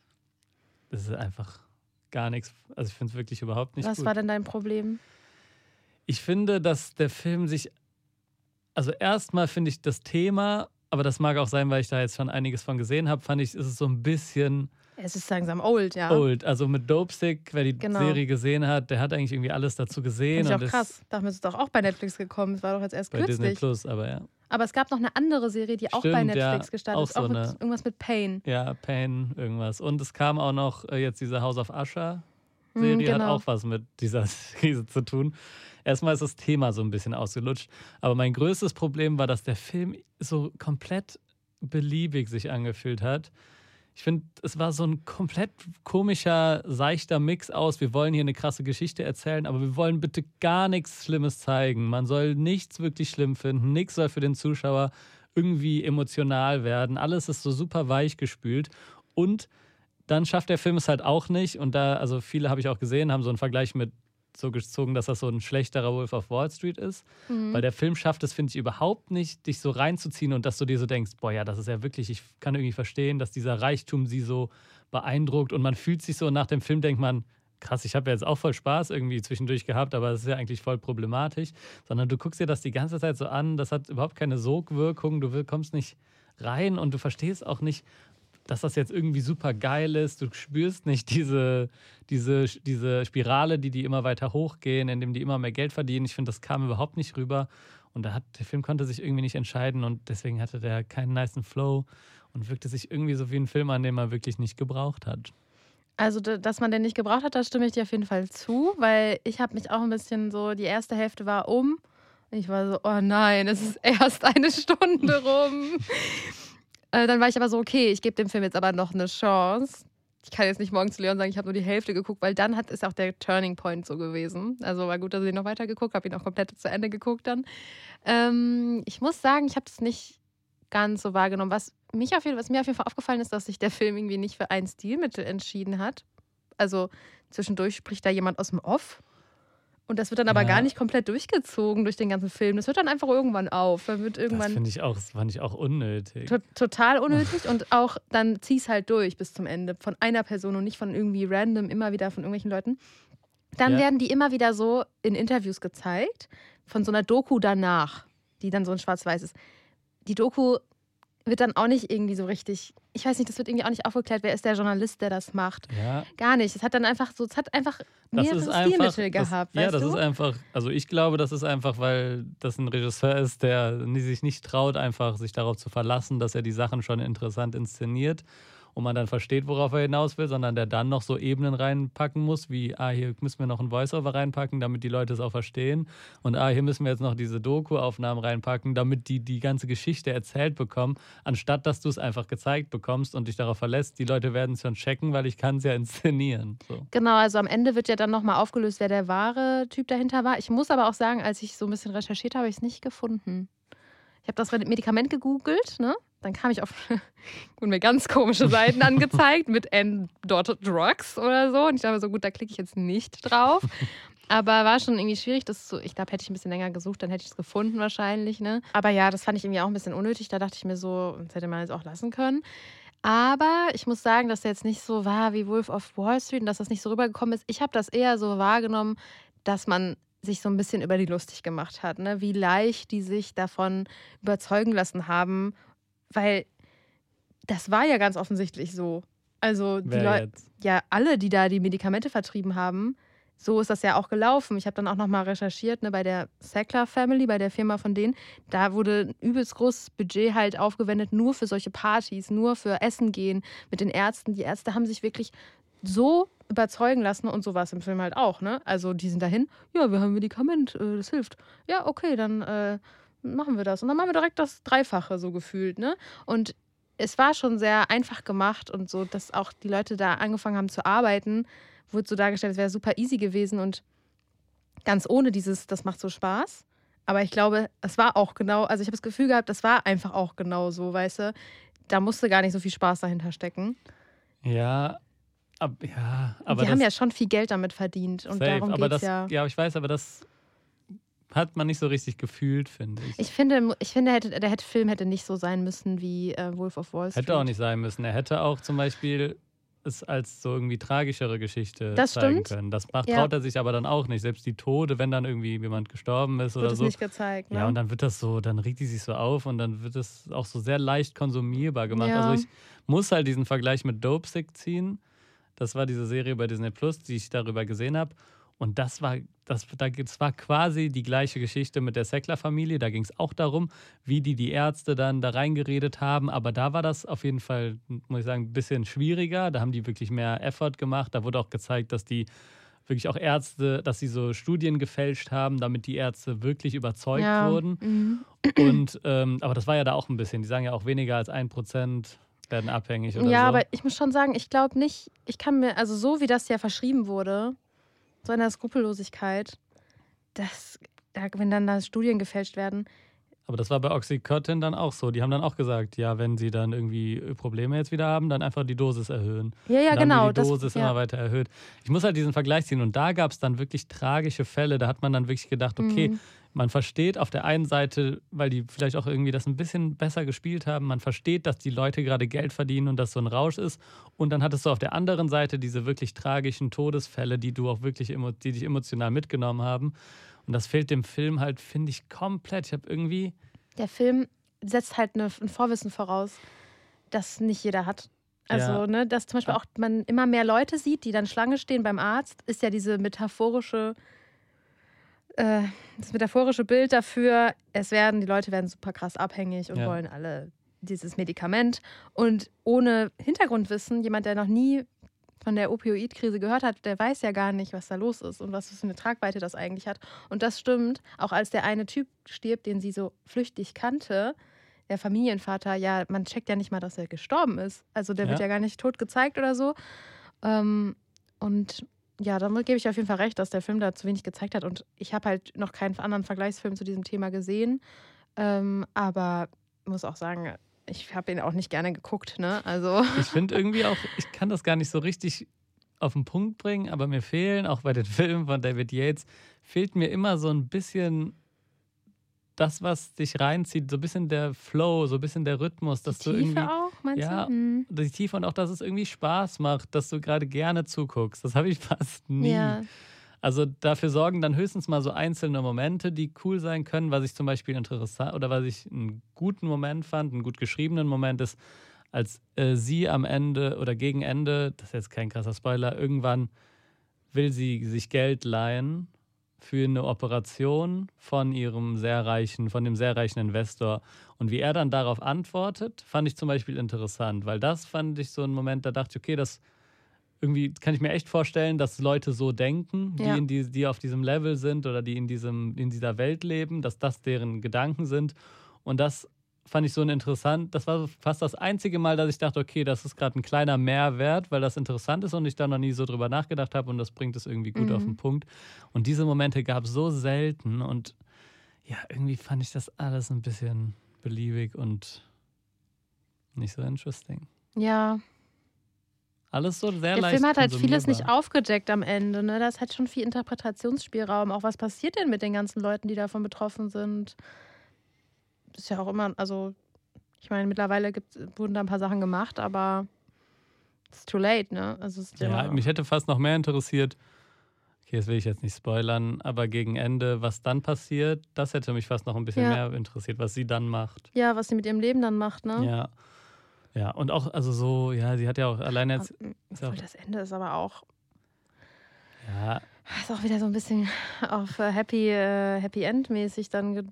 das ist einfach gar nichts. Also ich finde es wirklich überhaupt nicht gut. Was war denn dein Problem? Ich finde, dass der Film sich, also erstmal finde ich das Thema, aber das mag auch sein, weil ich da jetzt schon einiges von gesehen habe, fand ich, ist es so ein bisschen Es ist langsam old, ja. old. Also mit Dopesick, wer die Serie gesehen hat, der hat eigentlich irgendwie alles dazu gesehen. Das ist und auch krass. Damit ist es doch auch bei Netflix gekommen. Es war doch jetzt erst bei kürzlich. Disney Plus, aber ja. Aber es gab noch eine andere Serie, die auch bei Netflix gestartet ist. Auch mit, irgendwas mit Pain. Ja, Pain, irgendwas. Und es kam auch noch jetzt diese House of Usher-Serie, hat auch was mit dieser Krise zu tun. Erstmal ist das Thema so ein bisschen ausgelutscht. Aber mein größtes Problem war, dass der Film so komplett beliebig sich angefühlt hat. Ich finde, es war so ein komplett komischer, seichter Mix aus. Wir wollen hier eine krasse Geschichte erzählen, aber wir wollen bitte gar nichts Schlimmes zeigen. Man soll nichts wirklich schlimm finden. Nichts soll für den Zuschauer irgendwie emotional werden. Alles ist so super weich gespült. Und dann schafft der Film es halt auch nicht. Und da, also viele habe ich auch gesehen, haben so einen Vergleich mit so gezogen, dass das so ein schlechterer Wolf of Wall Street ist. Weil der Film schafft es, finde ich, überhaupt nicht, dich so reinzuziehen und dass du dir so denkst, boah, ja, das ist ja wirklich, ich kann irgendwie verstehen, dass dieser Reichtum sie so beeindruckt und man fühlt sich so und nach dem Film denkt man, krass, ich habe ja jetzt auch voll Spaß irgendwie zwischendurch gehabt, aber das ist ja eigentlich voll problematisch. Sondern du guckst dir das die ganze Zeit so an, das hat überhaupt keine Sogwirkung, du kommst nicht rein und du verstehst auch nicht, dass das jetzt irgendwie super geil ist. Du spürst nicht diese Spirale, die immer weiter hochgehen, indem die immer mehr Geld verdienen. Ich finde, das kam überhaupt nicht rüber. Und der Film konnte sich irgendwie nicht entscheiden und deswegen hatte der keinen nicen Flow und wirkte sich irgendwie so wie ein Film an, den man wirklich nicht gebraucht hat. Also, dass man den nicht gebraucht hat, da stimme ich dir auf jeden Fall zu, weil ich habe mich auch ein bisschen so, die erste Hälfte war um. Ich war so, oh nein, es ist erst eine Stunde rum. Dann war ich aber so, okay, ich gebe dem Film jetzt aber noch eine Chance. Ich kann jetzt nicht morgen zu Leon sagen, ich habe nur die Hälfte geguckt, weil dann ist auch der Turning Point so gewesen. Also war gut, dass ich noch weiter geguckt habe, ihn auch komplett zu Ende geguckt dann. Ich muss sagen, ich habe das nicht ganz so wahrgenommen. Was mir auf jeden Fall aufgefallen ist, dass sich der Film irgendwie nicht für ein Stilmittel entschieden hat. Also zwischendurch spricht da jemand aus dem Off. Und das wird dann aber gar nicht komplett durchgezogen durch den ganzen Film. Das hört dann einfach irgendwann auf. Dann wird irgendwann das fand ich auch unnötig. Total unnötig und auch dann zieh's halt durch bis zum Ende. Von einer Person und nicht von irgendwie random, immer wieder von irgendwelchen Leuten. Dann werden die immer wieder so in Interviews gezeigt, von so einer Doku danach, die dann so in Schwarz-Weiß ist. Die Doku wird dann auch nicht irgendwie so richtig, ich weiß nicht, das wird irgendwie auch nicht aufgeklärt, wer ist der Journalist, der das macht. Ja. Gar nicht. Es hat dann einfach so, mehrere Stilmittel gehabt. Ja, das ist einfach, also ich glaube, das ist einfach, weil das ein Regisseur ist, der sich nicht traut, einfach sich darauf zu verlassen, dass er die Sachen schon interessant inszeniert und man dann versteht, worauf er hinaus will, sondern der dann noch so Ebenen reinpacken muss, wie, hier müssen wir noch ein Voice-Over reinpacken, damit die Leute es auch verstehen und hier müssen wir jetzt noch diese Doku-Aufnahmen reinpacken, damit die ganze Geschichte erzählt bekommen, anstatt dass du es einfach gezeigt bekommst und dich darauf verlässt, die Leute werden es schon checken, weil ich kann es ja inszenieren. So. Genau, also am Ende wird ja dann nochmal aufgelöst, wer der wahre Typ dahinter war. Ich muss aber auch sagen, als ich so ein bisschen recherchiert habe, habe ich es nicht gefunden. Ich habe das Medikament gegoogelt, ne? Dann kam ich auf wurden mir ganz komische Seiten angezeigt mit N.Drugs oder so. Und ich dachte so, gut, da klicke ich jetzt nicht drauf. Aber war schon irgendwie schwierig. Ich glaube, hätte ich ein bisschen länger gesucht, dann hätte ich es gefunden wahrscheinlich. Ne? Aber ja, das fand ich irgendwie auch ein bisschen unnötig. Da dachte ich mir so, das hätte man jetzt auch lassen können. Aber ich muss sagen, dass der jetzt nicht so war wie Wolf of Wall Street und dass das nicht so rübergekommen ist. Ich habe das eher so wahrgenommen, dass man sich so ein bisschen über die lustig gemacht hat. Ne? Wie leicht die sich davon überzeugen lassen haben. Weil das war ja ganz offensichtlich so. Also die Leute, ja, alle, die da die Medikamente vertrieben haben, so ist das ja auch gelaufen. Ich habe dann auch nochmal recherchiert, ne, bei der Sackler Family, bei der Firma von denen, da wurde ein übelst großes Budget halt aufgewendet, nur für solche Partys, nur für Essen gehen mit den Ärzten. Die Ärzte haben sich wirklich so überzeugen lassen und so war es im Film halt auch. Ne? Also die sind dahin, ja, wir haben ein Medikament, das hilft. Ja, okay, dann machen wir das. Und dann machen wir direkt das Dreifache so gefühlt, ne? Und es war schon sehr einfach gemacht und so, dass auch die Leute da angefangen haben zu arbeiten, wurde so dargestellt, es wäre super easy gewesen und ganz ohne das macht so Spaß. Aber ich glaube, es war auch genau, also ich habe das Gefühl gehabt, das war einfach auch genau so, weißt du? da musste gar nicht so viel Spaß dahinter stecken. Ja, aber die haben ja schon viel Geld damit verdient und safe, darum aber geht's ja. Ja, ich weiß, aber das hat man nicht so richtig gefühlt, finde ich. Ich finde der Film hätte nicht so sein müssen wie Wolf of Wall Street. Hätte auch nicht sein müssen. Er hätte auch zum Beispiel es als so irgendwie tragischere Geschichte Das zeigen stimmt. können. Das traut er sich aber dann auch nicht. Selbst die Tode, wenn dann irgendwie jemand gestorben ist wird oder es so. nicht gezeigt, ne? Ja, und dann wird das so, dann regt die sich so auf und dann wird es auch so sehr leicht konsumierbar gemacht. Ja. Also ich muss halt diesen Vergleich mit Dopesick ziehen. Das war diese Serie bei Disney Plus, die ich darüber gesehen habe. Und das war quasi die gleiche Geschichte mit der Sackler-Familie. Da ging es auch darum, wie die Ärzte dann da reingeredet haben. Aber da war das auf jeden Fall, muss ich sagen, ein bisschen schwieriger. Da haben die wirklich mehr Effort gemacht. Da wurde auch gezeigt, dass die wirklich auch Ärzte, dass sie so Studien gefälscht haben, damit die Ärzte wirklich überzeugt wurden. Mhm. Und, aber das war ja da auch ein bisschen. Die sagen ja auch, weniger als 1% werden abhängig oder so. Ja, aber ich muss schon sagen, ich glaube nicht, also so wie das ja verschrieben wurde, so einer Skrupellosigkeit, wenn dann da Studien gefälscht werden. Aber das war bei Oxycontin dann auch so. Die haben dann auch gesagt, ja, wenn sie dann irgendwie Probleme jetzt wieder haben, dann einfach die Dosis erhöhen. Ja, und dann genau. wird die Dosis immer weiter erhöht. Ich muss halt diesen Vergleich ziehen. Und da gab es dann wirklich tragische Fälle. Da hat man dann wirklich gedacht, okay, man versteht auf der einen Seite, weil die vielleicht auch irgendwie das ein bisschen besser gespielt haben, man versteht, dass die Leute gerade Geld verdienen und dass so ein Rausch ist. Und dann hattest du auf der anderen Seite diese wirklich tragischen Todesfälle, die du auch wirklich, die dich emotional mitgenommen haben. Und das fehlt dem Film halt, finde ich, komplett. Ich habe irgendwie... Der Film setzt halt ein Vorwissen voraus, das nicht jeder hat. Also, ne, dass zum Beispiel auch man immer mehr Leute sieht, die dann Schlange stehen beim Arzt, ist ja das metaphorische Bild dafür, die Leute werden super krass abhängig und wollen alle dieses Medikament. Und ohne Hintergrundwissen, jemand, der noch nie von der Opioidkrise gehört hat, der weiß ja gar nicht, was da los ist und was für eine Tragweite das eigentlich hat. Und das stimmt, auch als der eine Typ stirbt, den sie so flüchtig kannte, der Familienvater, ja, man checkt ja nicht mal, dass er gestorben ist. Also der wird ja gar nicht tot gezeigt oder so. Und ja, damit gebe ich auf jeden Fall recht, dass der Film da zu wenig gezeigt hat. Und ich habe halt noch keinen anderen Vergleichsfilm zu diesem Thema gesehen. Aber muss auch sagen, ich habe ihn auch nicht gerne geguckt, ne? Also. Ich finde irgendwie auch, ich kann das gar nicht so richtig auf den Punkt bringen, aber mir fehlen, auch bei den Filmen von David Yates, fehlt mir immer so ein bisschen das, was dich reinzieht, so ein bisschen der Flow, so ein bisschen der Rhythmus, dass die du Tiefe irgendwie. auch, meinst ja, du? die Tiefe und auch, dass es irgendwie Spaß macht, dass du gerade gerne zuguckst. Das habe ich fast nie. Ja. Also dafür sorgen dann höchstens mal so einzelne Momente, die cool sein können. Was ich zum Beispiel interessant oder was ich einen guten Moment fand, einen gut geschriebenen Moment ist, als sie am Ende oder gegen Ende, das ist jetzt kein krasser Spoiler, irgendwann will sie sich Geld leihen für eine Operation von dem sehr reichen Investor. Und wie er dann darauf antwortet, fand ich zum Beispiel interessant, weil das fand ich so ein Moment, da dachte ich, okay, das irgendwie kann ich mir echt vorstellen, dass Leute so denken, die auf diesem Level sind oder die in dieser Welt leben, dass das deren Gedanken sind. Und das fand ich so interessant. Das war fast das einzige Mal, dass ich dachte, okay, das ist gerade ein kleiner Mehrwert, weil das interessant ist und ich da noch nie so drüber nachgedacht habe und das bringt es irgendwie gut auf den Punkt. Und diese Momente gab es so selten und ja, irgendwie fand ich das alles ein bisschen beliebig und nicht so interesting. Ja. Alles so sehr leicht. Der Film hat halt vieles nicht aufgedeckt am Ende. Ne? Da ist halt schon viel Interpretationsspielraum. Auch was passiert denn mit den ganzen Leuten, die davon betroffen sind? Ist ja auch immer, also ich meine, mittlerweile wurden da ein paar Sachen gemacht, aber it's too late, ne? Also mich hätte fast noch mehr interessiert, okay, das will ich jetzt nicht spoilern, aber gegen Ende, was dann passiert, das hätte mich fast noch ein bisschen mehr interessiert, was sie dann macht. Ja, was sie mit ihrem Leben dann macht, ne? Ja. Ja, und auch, also so, ja, sie hat ja auch alleine jetzt. Das Ende ist aber auch. Ja. Ist auch wieder so ein bisschen auf Happy End mäßig dann.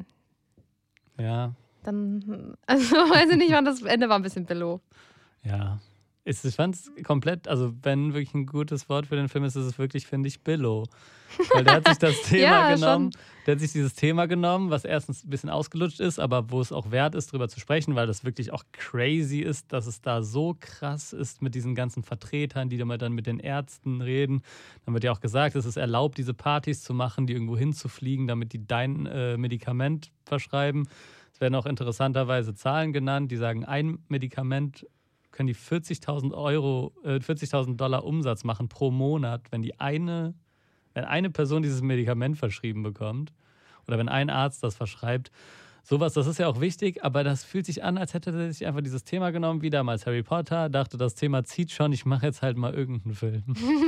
Ja. Dann, also weiß ich nicht, das Ende war ein bisschen billow. Ja. Ich fand es komplett, also wenn wirklich ein gutes Wort für den Film ist, ist es wirklich, finde ich, billow. Weil der hat sich das Thema genommen, der hat sich dieses Thema genommen, was erstens ein bisschen ausgelutscht ist, aber wo es auch wert ist, drüber zu sprechen, weil das wirklich auch crazy ist, dass es da so krass ist mit diesen ganzen Vertretern, die dann mit den Ärzten reden. Dann wird ja auch gesagt, es ist erlaubt, diese Partys zu machen, die irgendwo hinzufliegen, damit die dein Medikament verschreiben. Es werden auch interessanterweise Zahlen genannt, die sagen, ein Medikament können die 40.000 Dollar Umsatz machen pro Monat, wenn eine Person dieses Medikament verschrieben bekommt oder wenn ein Arzt das verschreibt. Sowas, das ist ja auch wichtig, aber das fühlt sich an, als hätte er sich einfach dieses Thema genommen, wie damals Harry Potter, dachte, das Thema zieht schon, ich mache jetzt halt mal irgendeinen Film.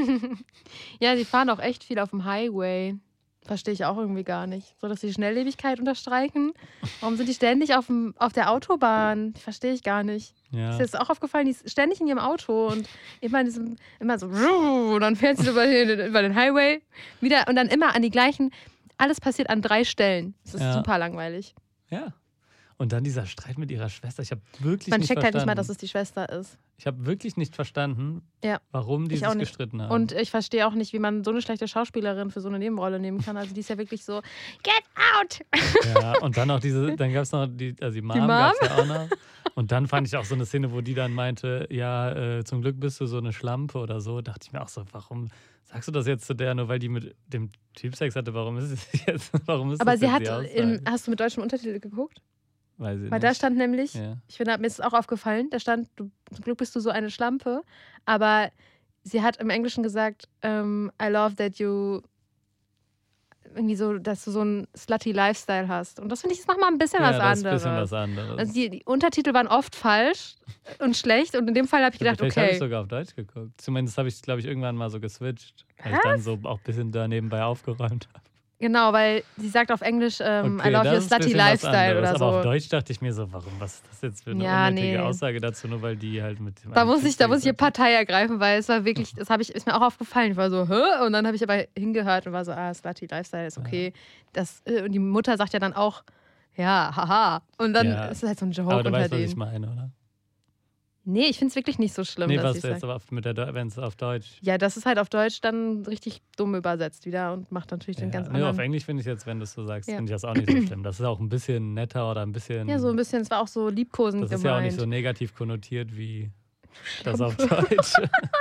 Ja, die fahren auch echt viel auf dem Highway. Verstehe ich auch irgendwie gar nicht. So, dass die Schnelllebigkeit unterstreichen. Warum sind die ständig auf der Autobahn? Verstehe ich gar nicht. Ja. Ist dir das auch aufgefallen? Die ist ständig in ihrem Auto und immer so und dann fährt sie über den Highway wieder und dann immer an die gleichen. Alles passiert an 3 Stellen. Das ist super langweilig. Ja. Und dann dieser Streit mit ihrer Schwester. Ich habe wirklich Man nicht checkt verstanden. halt nicht mal, dass es die Schwester ist. Ich habe wirklich nicht verstanden, warum die sich gestritten haben. Und ich verstehe auch nicht, wie man so eine schlechte Schauspielerin für so eine Nebenrolle nehmen kann. Also die ist ja wirklich so, get out! Ja, und dann auch dann gab es noch die Mom gab es ja auch noch. Und dann fand ich auch so eine Szene, wo die dann meinte, ja, zum Glück bist du so eine Schlampe oder so. Dachte ich mir auch so, warum sagst du das jetzt zu der, nur weil die mit dem Typ Sex hatte? Warum ist es jetzt? Aber sie hat, hast du mit deutschem Untertitel geguckt? Weiß ich Weil nicht. da stand nämlich, Ja. ich finde, mir ist es auch aufgefallen, da stand, zum Glück bist du so eine Schlampe, aber sie hat im Englischen gesagt, I love that you, irgendwie so, dass du so einen slutty Lifestyle hast. Und das finde ich, ist nochmal ein bisschen was anderes. Ist ein bisschen was anderes. Also die Untertitel waren oft falsch und schlecht und in dem Fall habe ich gedacht, Vielleicht habe okay. ich sogar auf Deutsch geguckt. Zumindest habe ich, glaube ich, irgendwann mal so geswitcht, weil ich dann so auch ein bisschen da nebenbei aufgeräumt habe. Genau, weil sie sagt auf Englisch, Okay, I love your slutty Lifestyle oder so. Aber auf Deutsch dachte ich mir so, was ist das jetzt für eine unnötige Aussage dazu, nur weil die halt mit dem Da muss ich eine Partei ergreifen, weil es war wirklich, ist mir auch aufgefallen. Ich war so, hä? Und dann habe ich aber hingehört und war so, slutty Lifestyle ist okay. Und die Mutter sagt ja dann auch, ja, haha. Und dann ist es halt so ein Joke aber du unter weißt, denen. was ich meine, oder? Nee, ich finde es wirklich nicht so schlimm. Nee, dass was ich jetzt sag. aber wenn es auf Deutsch. Ja, das ist halt auf Deutsch dann richtig dumm übersetzt wieder und macht natürlich den ganz anderen. Auf Englisch finde ich jetzt, wenn du es so sagst, finde ich das auch nicht so schlimm. Das ist auch ein bisschen netter oder ein bisschen. Ja, so ein bisschen, es war auch so liebkosend gemeint. Das ist ja auch nicht so negativ konnotiert wie das auf Deutsch.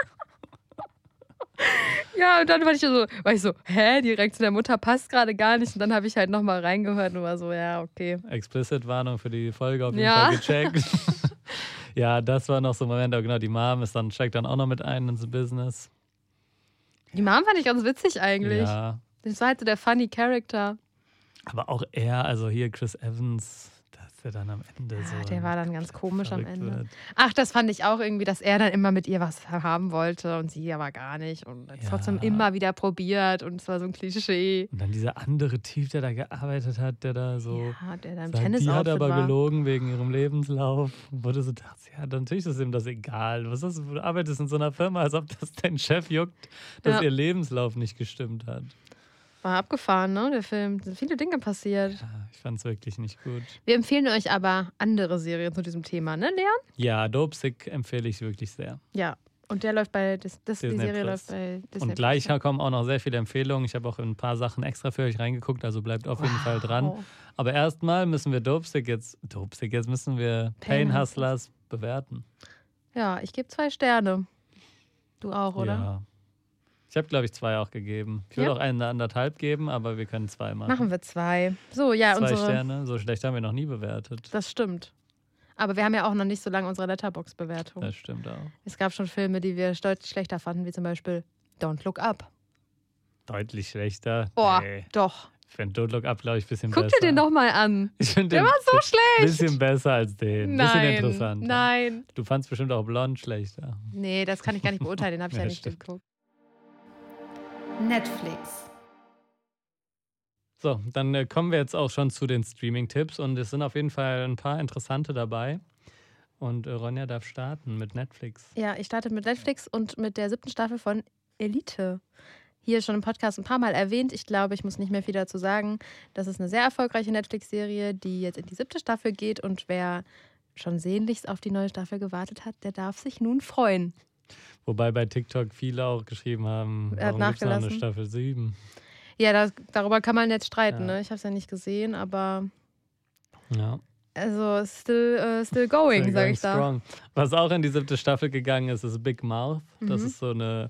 Ja, und dann war ich so, hä, die Reaktion der Mutter passt gerade gar nicht. Und dann habe ich halt nochmal reingehört und war so, ja, okay. Explicit-Warnung für die Folge auf jeden Fall gecheckt. Ja, das war noch so ein Moment, aber genau, die Mom steigt dann auch noch mit ein ins Business. Die Mom fand ich ganz witzig eigentlich. Ja. Das war halt so der funny Character. Aber auch er, also hier Chris Evans, dass er dann am Ende so. Der war dann ganz komisch am Ende. Wird. Ach, das fand ich auch irgendwie, dass er dann immer mit ihr was haben wollte und sie aber gar nicht. Und trotzdem immer wieder probiert und es war so ein Klischee. Und dann dieser andere Typ, der da gearbeitet hat, der da so. Ja, der da im sagt, Tennis die hat aber war. gelogen wegen ihrem Lebenslauf. Wurde so gedacht, ja, natürlich ist ihm das egal. Was ist das? Du arbeitest in so einer Firma, als ob das dein Chef juckt, dass ihr Lebenslauf nicht gestimmt hat. War abgefahren, ne, der Film. Da sind viele Dinge passiert. Ja, ich fand es wirklich nicht gut. Wir empfehlen euch aber andere Serien zu diesem Thema, ne, Leon? Ja, Dopesick empfehle ich wirklich sehr. Ja, und der läuft bei die Serie läuft bei Disney+. Und gleich kommen auch noch sehr viele Empfehlungen. Ich habe auch in ein paar Sachen extra für euch reingeguckt, also bleibt auf jeden Fall dran. Aber erstmal müssen wir jetzt müssen wir Pain Hustlers bewerten. Ja, ich gebe 2 Sterne. Du auch, oder? Ja. Ich habe, glaube ich, 2 auch gegeben. Ich würde auch 1,5 geben, aber wir können 2 machen. Machen wir 2. So, ja, 2 Sterne. So schlecht haben wir noch nie bewertet. Das stimmt. Aber wir haben ja auch noch nicht so lange unsere Letterboxd-Bewertung. Das stimmt auch. Es gab schon Filme, die wir deutlich schlechter fanden, wie zum Beispiel Don't Look Up. Deutlich schlechter? Boah, nee. doch. Ich finde Don't Look Up, glaube ich, ein bisschen besser. Guck dir den doch mal an. Der war so schlecht. Ein bisschen besser als den. Ein bisschen interessanter. Nein. Du fandst bestimmt auch Blond schlechter. Nee, das kann ich gar nicht beurteilen. Den habe ich ja nicht stimmt. geguckt. Netflix. So, dann kommen wir jetzt auch schon zu den Streaming-Tipps und es sind auf jeden Fall ein paar interessante dabei. Und Ronja darf starten mit Netflix. Ja, ich starte mit Netflix und mit der 7. Staffel von Elite. Hier schon im Podcast ein paar Mal erwähnt. Ich glaube, ich muss nicht mehr viel dazu sagen. Das ist eine sehr erfolgreiche Netflix-Serie, die jetzt in die 7. Staffel geht. Und wer schon sehnlichst auf die neue Staffel gewartet hat, der darf sich nun freuen. Wobei bei TikTok viele auch geschrieben haben, warum gibt es noch eine Staffel 7? Ja, darüber kann man jetzt streiten. Ne? Ich habe es ja nicht gesehen, aber also still going, sage ich da. Was auch in die 7. Staffel gegangen ist, ist Big Mouth. Das ist so eine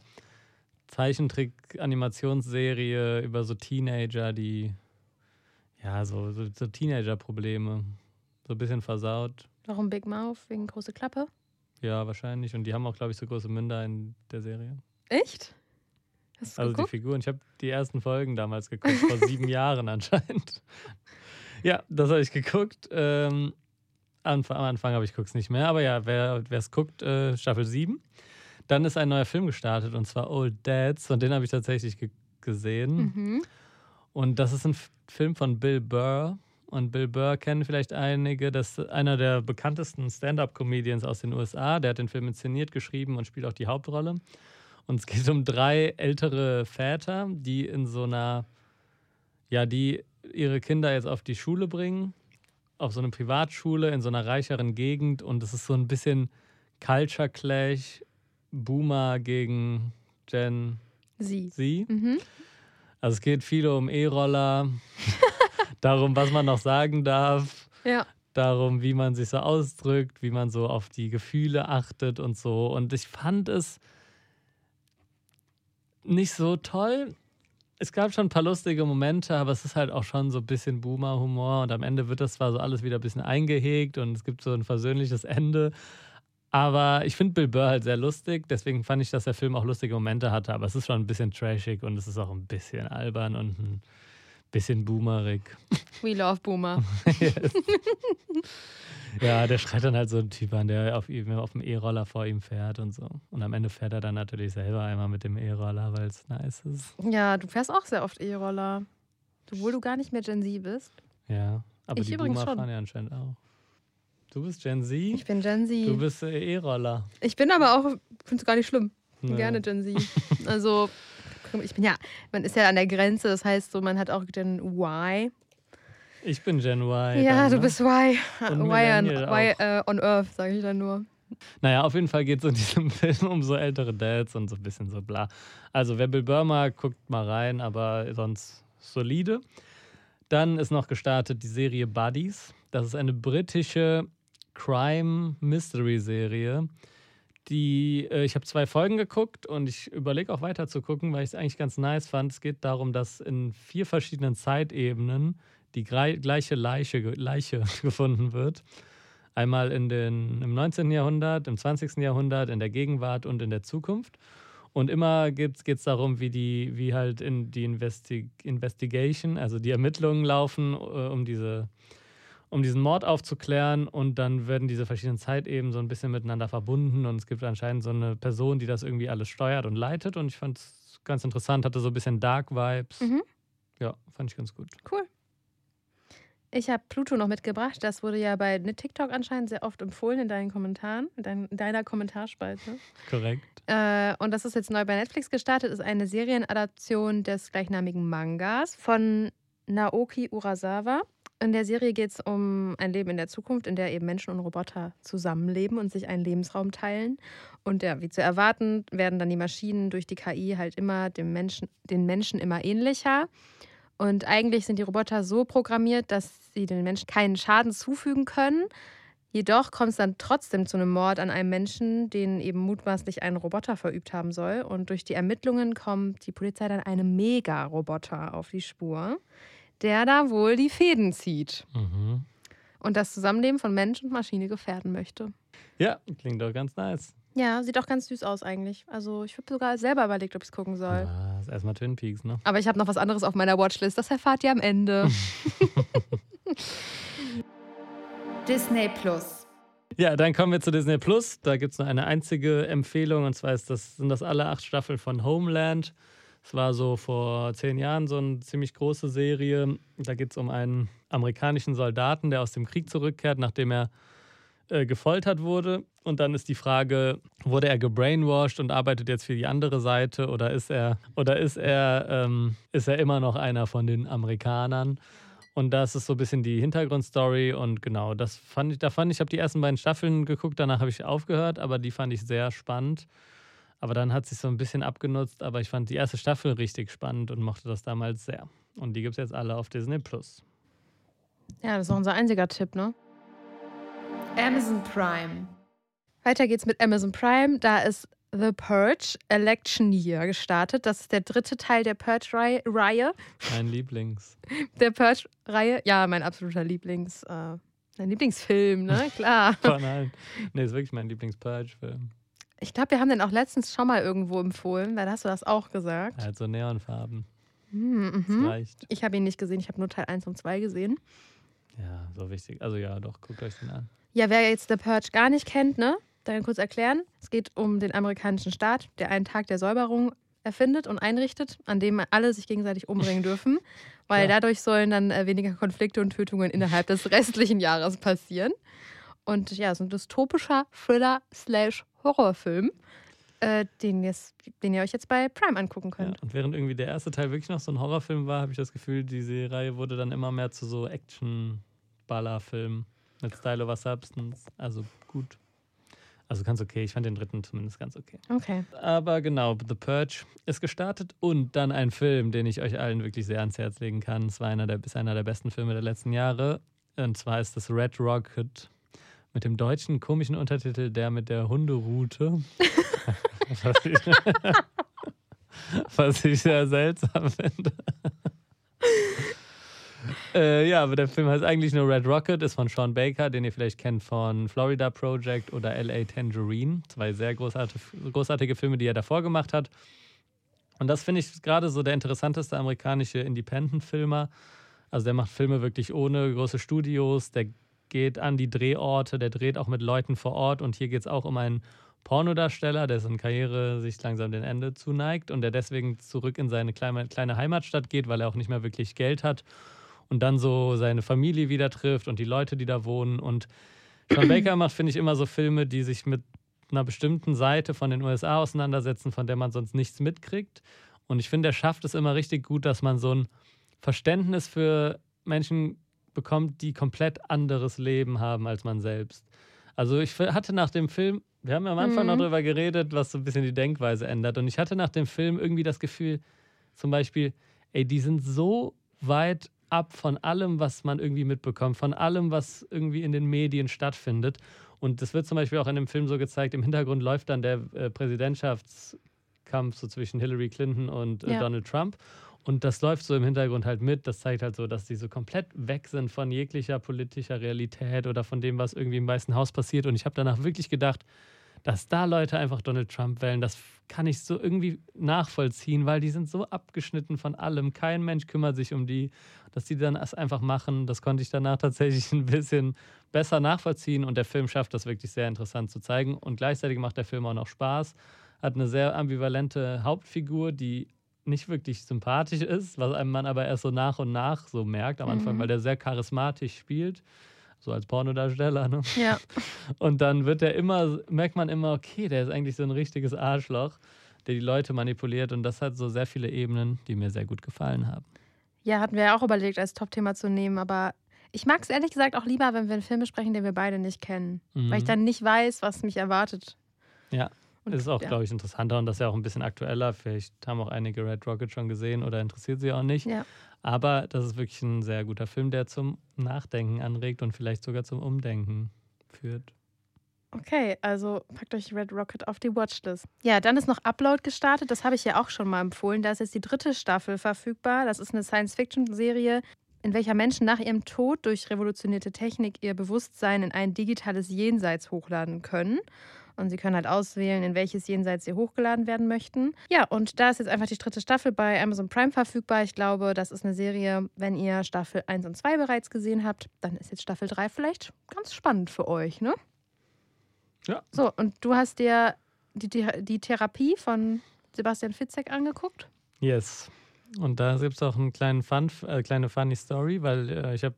Zeichentrick-Animationsserie über so Teenager, die so Teenager-Probleme So ein bisschen versaut. Warum Big Mouth? Wegen große Klappe? Ja, wahrscheinlich. Und die haben auch, glaube ich, so große Münder in der Serie. Echt? Hast du Also die geguckt? Figuren. Ich habe die ersten Folgen damals geguckt, vor 7 Jahren anscheinend. Ja, das habe ich geguckt. Am Anfang habe ich es nicht mehr. Aber ja, wer es guckt, Staffel 7. Dann ist ein neuer Film gestartet und zwar Old Dads. Und den habe ich tatsächlich gesehen. Mhm. Und das ist ein Film von Bill Burr. Und Bill Burr kennen vielleicht einige. Das ist einer der bekanntesten Stand-up-Comedians aus den USA. Der hat den Film inszeniert, geschrieben und spielt auch die Hauptrolle. Und es geht um 3 ältere Väter, die in so einer, ja, die ihre Kinder jetzt auf die Schule bringen, auf so eine Privatschule in so einer reicheren Gegend. Und es ist so ein bisschen Culture Clash, Boomer gegen Gen Z. Mhm. Also es geht viel um E-Roller, darum, was man noch sagen darf, Ja. darum, wie man sich so ausdrückt, wie man so auf die Gefühle achtet und so. Und ich fand es nicht so toll. Es gab schon ein paar lustige Momente, aber es ist halt auch schon so ein bisschen Boomer-Humor. Und am Ende wird das zwar so alles wieder ein bisschen eingehegt und es gibt so ein versöhnliches Ende. Aber ich finde Bill Burr halt sehr lustig. Deswegen fand ich, dass der Film auch lustige Momente hatte. Aber es ist schon ein bisschen trashig und es ist auch ein bisschen albern und ein bisschen boomerig. We love Boomer. Yes. Ja, der schreit dann halt so einen Typ an, der auf dem E-Roller vor ihm fährt und so. Und am Ende fährt er dann natürlich selber einmal mit dem E-Roller, weil es nice ist. Ja, du fährst auch sehr oft E-Roller. Obwohl du gar nicht mehr Gen Z bist. Ja, aber Ich die übrigens Boomer schon. fahren ja anscheinend auch. Du bist Gen Z? Ich bin Gen Z. Du bist E-Roller. Ich bin aber auch, finde es gar nicht schlimm. Ich bin Ja. gerne Gen Z. Also, ich bin ja, man ist ja an der Grenze, das heißt so, man hat auch Gen Y. Ich bin Gen Y. Ja, dann, du ne? bist Y. Und Y on Earth, sage ich dann nur. Naja, auf jeden Fall geht es in diesem Film um so ältere Dads und so ein bisschen so bla. Also wer Bill Burr mag, guckt mal rein, aber sonst solide. Dann ist noch gestartet die Serie Buddies. Das ist eine britische Crime-Mystery-Serie. Ich habe 2 Folgen geguckt und ich überlege auch weiter zu gucken, weil ich es eigentlich ganz nice fand. Es geht darum, dass in 4 verschiedenen Zeitebenen die gleiche Leiche gefunden wird. Einmal im 19. Jahrhundert, im 20. Jahrhundert, in der Gegenwart und in der Zukunft. Und immer geht es darum, wie halt in die Investigation, also die Ermittlungen laufen, um diesen Mord aufzuklären. Und dann werden diese verschiedenen Zeitebenen so ein bisschen miteinander verbunden. Und es gibt anscheinend so eine Person, die das irgendwie alles steuert und leitet. Und ich fand es ganz interessant, hatte so ein bisschen Dark-Vibes. Mhm. Ja, fand ich ganz gut. Cool. Ich habe Pluto noch mitgebracht. Das wurde ja bei TikTok anscheinend sehr oft empfohlen in deinen Kommentaren, in deiner Kommentarspalte. Korrekt. Und das ist jetzt neu bei Netflix gestartet, ist eine Serienadaption des gleichnamigen Mangas von Naoki Urasawa. In der Serie geht es um ein Leben in der Zukunft, in der eben Menschen und Roboter zusammenleben und sich einen Lebensraum teilen. Und ja, wie zu erwarten, werden dann die Maschinen durch die KI halt immer den Menschen immer ähnlicher. Und eigentlich sind die Roboter so programmiert, dass sie den Menschen keinen Schaden zufügen können. Jedoch kommt es dann trotzdem zu einem Mord an einem Menschen, den eben mutmaßlich ein Roboter verübt haben soll. Und durch die Ermittlungen kommt die Polizei dann einem Mega-Roboter auf die Spur, der da wohl die Fäden zieht Mhm. und das Zusammenleben von Mensch und Maschine gefährden möchte. Ja, klingt doch ganz nice. Ja, sieht auch ganz süß aus eigentlich. Also ich habe sogar selber überlegt, ob ich es gucken soll. Ja, ist erstmal Twin Peaks, ne? Aber ich habe noch was anderes auf meiner Watchlist. Das erfahrt ihr am Ende. Disney Plus. Ja, dann kommen wir zu Disney Plus. Da gibt es nur eine einzige Empfehlung und zwar sind das alle 8 Staffeln von Homeland. Es war so vor 10 Jahren so eine ziemlich große Serie. Da geht es um einen amerikanischen Soldaten, der aus dem Krieg zurückkehrt, nachdem er gefoltert wurde. Und dann ist die Frage, wurde er gebrainwashed und arbeitet jetzt für die andere Seite oder ist er immer noch einer von den Amerikanern? Und das ist so ein bisschen die Hintergrundstory und genau, ich habe die ersten 2 Staffeln geguckt, danach habe ich aufgehört, aber die fand ich sehr spannend. Aber dann hat sich so ein bisschen abgenutzt, aber ich fand die erste Staffel richtig spannend und mochte das damals sehr. Und die gibt es jetzt alle auf Disney Plus. Ja, das ist auch unser einziger Tipp, ne? Amazon Prime. Weiter geht's mit Amazon Prime. Da ist The Purge Election Year gestartet. Das ist der 3. Teil der Purge-Reihe. Mein Lieblings. Der Purge-Reihe, ja, mein absoluter Lieblings. Dein Lieblingsfilm, ne? Klar. Von allen. Nee, ist wirklich mein Lieblings-Purge-Film. Ich glaube, wir haben den auch letztens schon mal irgendwo empfohlen, weil da hast du das auch gesagt. Also Neonfarben. Mhm. Das reicht. Ich habe ihn nicht gesehen, ich habe nur Teil 1 und 2 gesehen. Ja, so wichtig. Also ja, doch, guckt euch den an. Ja, wer jetzt The Purge gar nicht kennt, ne? Dann kurz erklären. Es geht um den amerikanischen Staat, der einen Tag der Säuberung erfindet und einrichtet, an dem alle sich gegenseitig umbringen dürfen, weil dadurch sollen dann weniger Konflikte und Tötungen innerhalb des restlichen Jahres passieren. Und ja, so ein dystopischer Thriller/Horrorfilm, den ihr euch jetzt bei Prime angucken könnt. Ja, und während irgendwie der erste Teil wirklich noch so ein Horrorfilm war, habe ich das Gefühl, die Serie wurde dann immer mehr zu so Action-Baller-Filmen mit Style over Substance. Also gut. Also ganz okay. Ich fand den dritten zumindest ganz okay. Okay. Aber genau, The Purge ist gestartet und dann ein Film, den ich euch allen wirklich sehr ans Herz legen kann. Es war einer der besten Filme der letzten Jahre. Und zwar ist das Red Rocket mit dem deutschen komischen Untertitel Der mit der Hunderute. Was ich sehr seltsam finde. Ja, aber der Film heißt eigentlich nur Red Rocket, ist von Sean Baker, den ihr vielleicht kennt von Florida Project oder L.A. Tangerine. 2 sehr großartige Filme, die er davor gemacht hat. Und das finde ich gerade so der interessanteste amerikanische Independent-Filmer. Also der macht Filme wirklich ohne große Studios, der geht an die Drehorte, der dreht auch mit Leuten vor Ort. Und hier geht es auch um einen Pornodarsteller, dessen Karriere sich langsam dem Ende zuneigt und der deswegen zurück in seine kleine Heimatstadt geht, weil er auch nicht mehr wirklich Geld hat. Und dann so seine Familie wieder trifft und die Leute, die da wohnen. Und Sean Baker macht, finde ich, immer so Filme, die sich mit einer bestimmten Seite von den USA auseinandersetzen, von der man sonst nichts mitkriegt. Und ich finde, er schafft es immer richtig gut, dass man so ein Verständnis für Menschen bekommt, die komplett anderes Leben haben als man selbst. Also ich hatte nach dem Film, wir haben ja am Anfang noch drüber geredet, was so ein bisschen die Denkweise ändert. Und ich hatte nach dem Film irgendwie das Gefühl, zum Beispiel, die sind so weit ab von allem, was man irgendwie mitbekommt, von allem, was irgendwie in den Medien stattfindet. Und das wird zum Beispiel auch in dem Film so gezeigt, im Hintergrund läuft dann der Präsidentschaftskampf so zwischen Hillary Clinton und Donald Trump. Und das läuft so im Hintergrund halt mit. Das zeigt halt so, dass die so komplett weg sind von jeglicher politischer Realität oder von dem, was irgendwie im Weißen Haus passiert. Und ich habe danach wirklich gedacht, dass da Leute einfach Donald Trump wählen, das kann ich so irgendwie nachvollziehen, weil die sind so abgeschnitten von allem. Kein Mensch kümmert sich um die, dass die dann das einfach machen. Das konnte ich danach tatsächlich ein bisschen besser nachvollziehen und der Film schafft das wirklich sehr interessant zu zeigen. Und gleichzeitig macht der Film auch noch Spaß, hat eine sehr ambivalente Hauptfigur, die nicht wirklich sympathisch ist, was einem man aber erst so nach und nach so merkt am Anfang, weil der sehr charismatisch spielt. So als Pornodarsteller, ne? Ja. Und dann merkt man immer, okay, der ist eigentlich so ein richtiges Arschloch, der die Leute manipuliert. Und das hat so sehr viele Ebenen, die mir sehr gut gefallen haben. Ja, hatten wir ja auch überlegt, als Top-Thema zu nehmen. Aber ich mag es ehrlich gesagt auch lieber, wenn wir einen Film besprechen, den wir beide nicht kennen. Weil ich dann nicht weiß, was mich erwartet. Ja, und das ist auch, glaube ich, interessanter. Und das ist ja auch ein bisschen aktueller. Vielleicht haben auch einige Red Rocket schon gesehen oder interessiert sie auch nicht. Ja. Aber das ist wirklich ein sehr guter Film, der zum Nachdenken anregt und vielleicht sogar zum Umdenken führt. Okay, also packt euch Red Rocket auf die Watchlist. Ja, dann ist noch Upload gestartet. Das habe ich ja auch schon mal empfohlen. Da ist jetzt die 3. Staffel verfügbar. Das ist eine Science-Fiction-Serie, in welcher Menschen nach ihrem Tod durch revolutionierte Technik ihr Bewusstsein in ein digitales Jenseits hochladen können. Und sie können halt auswählen, in welches Jenseits sie hochgeladen werden möchten. Ja, und da ist jetzt einfach die 3. Staffel bei Amazon Prime verfügbar. Ich glaube, das ist eine Serie, wenn ihr Staffel 1 und 2 bereits gesehen habt, dann ist jetzt Staffel 3 vielleicht ganz spannend für euch, ne? Ja. So, und du hast dir die Therapie von Sebastian Fitzek angeguckt? Yes. Und da gibt es auch eine kleine funny Story, weil ich habe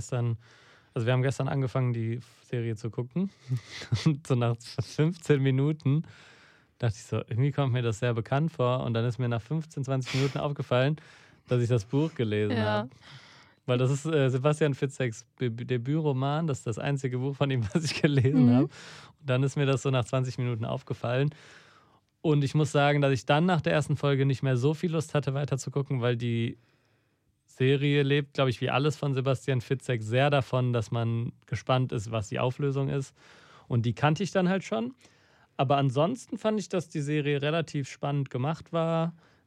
wir haben gestern angefangen, die Serie zu gucken. Und so nach 15 Minuten dachte ich so, irgendwie kommt mir das sehr bekannt vor. Und dann ist mir nach 15, 20 Minuten aufgefallen, dass ich das Buch gelesen habe. Weil das ist Sebastian Fitzeks Debütroman. Das ist das einzige Buch von ihm, was ich gelesen habe. Und dann ist mir das so nach 20 Minuten aufgefallen. Und ich muss sagen, dass ich dann nach der ersten Folge nicht mehr so viel Lust hatte, weiter zu gucken, weil die Serie lebt, glaube ich, wie alles von Sebastian Fitzek sehr davon, dass man gespannt ist, was die Auflösung ist. Und die kannte ich dann halt schon. Aber ansonsten fand ich, dass die Serie relativ spannend gemacht war. Nicht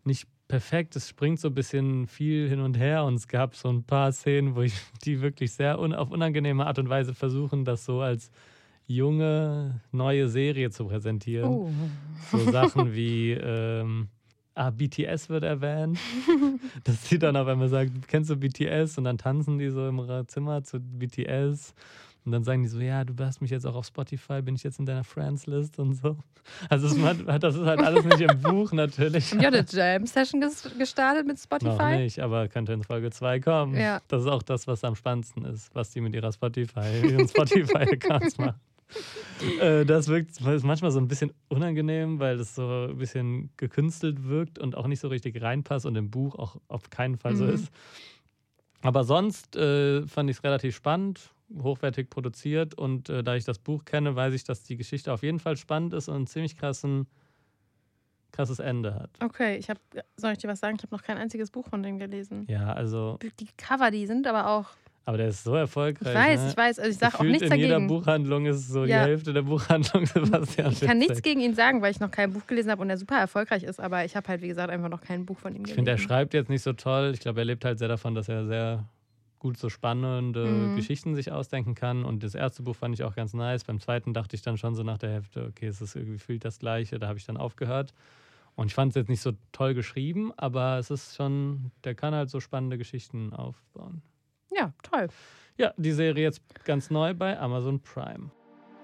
perfekt. Es springt so ein bisschen viel hin und her und es gab so ein paar Szenen, die wirklich sehr auf unangenehme Art und Weise versuchen, das so als junge, neue Serie zu präsentieren. So Sachen wie BTS wird erwähnt. Dass sie dann auf einmal sagt, kennst du BTS? Und dann tanzen die so im Zimmer zu BTS. Und dann sagen die so, ja, du hast mich jetzt auch auf Spotify, bin ich jetzt in deiner Friends-List und so. Also das ist halt alles nicht im Buch natürlich. Haben die auch eine Jam-Session gestartet mit Spotify? Noch nicht, aber könnte in Folge 2 kommen. Ja. Das ist auch das, was am spannendsten ist, was die mit ihren Spotify-Accounts machen. Das ist manchmal so ein bisschen unangenehm, weil das so ein bisschen gekünstelt wirkt und auch nicht so richtig reinpasst und im Buch auch auf keinen Fall so ist. Aber sonst fand ich es relativ spannend, hochwertig produziert und da ich das Buch kenne, weiß ich, dass die Geschichte auf jeden Fall spannend ist und ein ziemlich krasses Ende hat. Okay, soll ich dir was sagen? Ich habe noch kein einziges Buch von dem gelesen. Ja, also... Die Cover, die sind aber auch... Aber der ist so erfolgreich. Ich weiß. Also ich sage auch nichts in dagegen. In jeder Buchhandlung ist so die Hälfte der Buchhandlung Sebastian Ich kann nichts gegen ihn sagen, weil ich noch kein Buch gelesen habe und er super erfolgreich ist. Aber ich habe halt, wie gesagt, einfach noch kein Buch von ihm gelesen. Ich finde, er schreibt jetzt nicht so toll. Ich glaube, er lebt halt sehr davon, dass er sehr gut so spannende Geschichten sich ausdenken kann. Und das erste Buch fand ich auch ganz nice. Beim zweiten dachte ich dann schon so nach der Hälfte, okay, es ist irgendwie gefühlt das Gleiche. Da habe ich dann aufgehört. Und ich fand es jetzt nicht so toll geschrieben, aber es ist schon, der kann halt so spannende Geschichten aufbauen. Ja, toll. Ja, die Serie jetzt ganz neu bei Amazon Prime.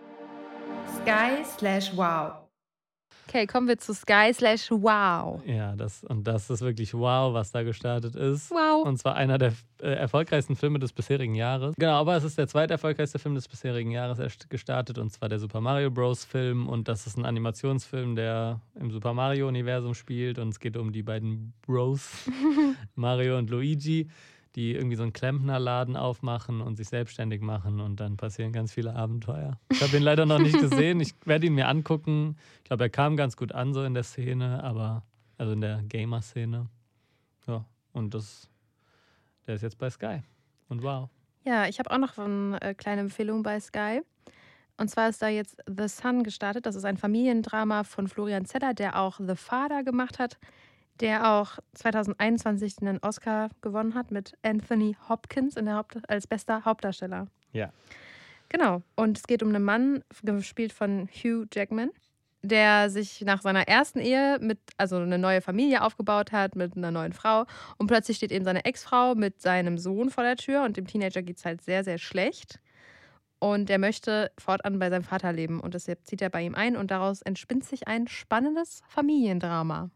Sky/Wow. Okay, kommen wir zu Sky/Wow. Ja, das ist wirklich wow, was da gestartet ist. Wow. Und zwar einer der erfolgreichsten Filme des bisherigen Jahres. Genau, aber es ist der zweiterfolgreichste Film des bisherigen Jahres gestartet, und zwar der Super Mario Bros. Film. Und das ist ein Animationsfilm, der im Super Mario-Universum spielt. Und es geht um die beiden Bros, Mario und Luigi, die irgendwie so einen Klempnerladen aufmachen und sich selbstständig machen und dann passieren ganz viele Abenteuer. Ich habe ihn leider noch nicht gesehen. Ich werde ihn mir angucken. Ich glaube, er kam ganz gut an so in der Szene, also in der Gamer-Szene. Ja, und der ist jetzt bei Sky. Und wow. Ja, ich habe auch noch eine kleine Empfehlung bei Sky. Und zwar ist da jetzt The Son gestartet. Das ist ein Familiendrama von Florian Zeller, der auch The Father gemacht hat, der auch 2021 einen Oscar gewonnen hat mit Anthony Hopkins als bester Hauptdarsteller. Ja. Genau. Und es geht um einen Mann, gespielt von Hugh Jackman, der sich nach seiner ersten Ehe also eine neue Familie aufgebaut hat mit einer neuen Frau. Und plötzlich steht eben seine Ex-Frau mit seinem Sohn vor der Tür und dem Teenager geht es halt sehr, sehr schlecht. Und er möchte fortan bei seinem Vater leben und deshalb zieht er bei ihm ein und daraus entspinnt sich ein spannendes Familiendrama.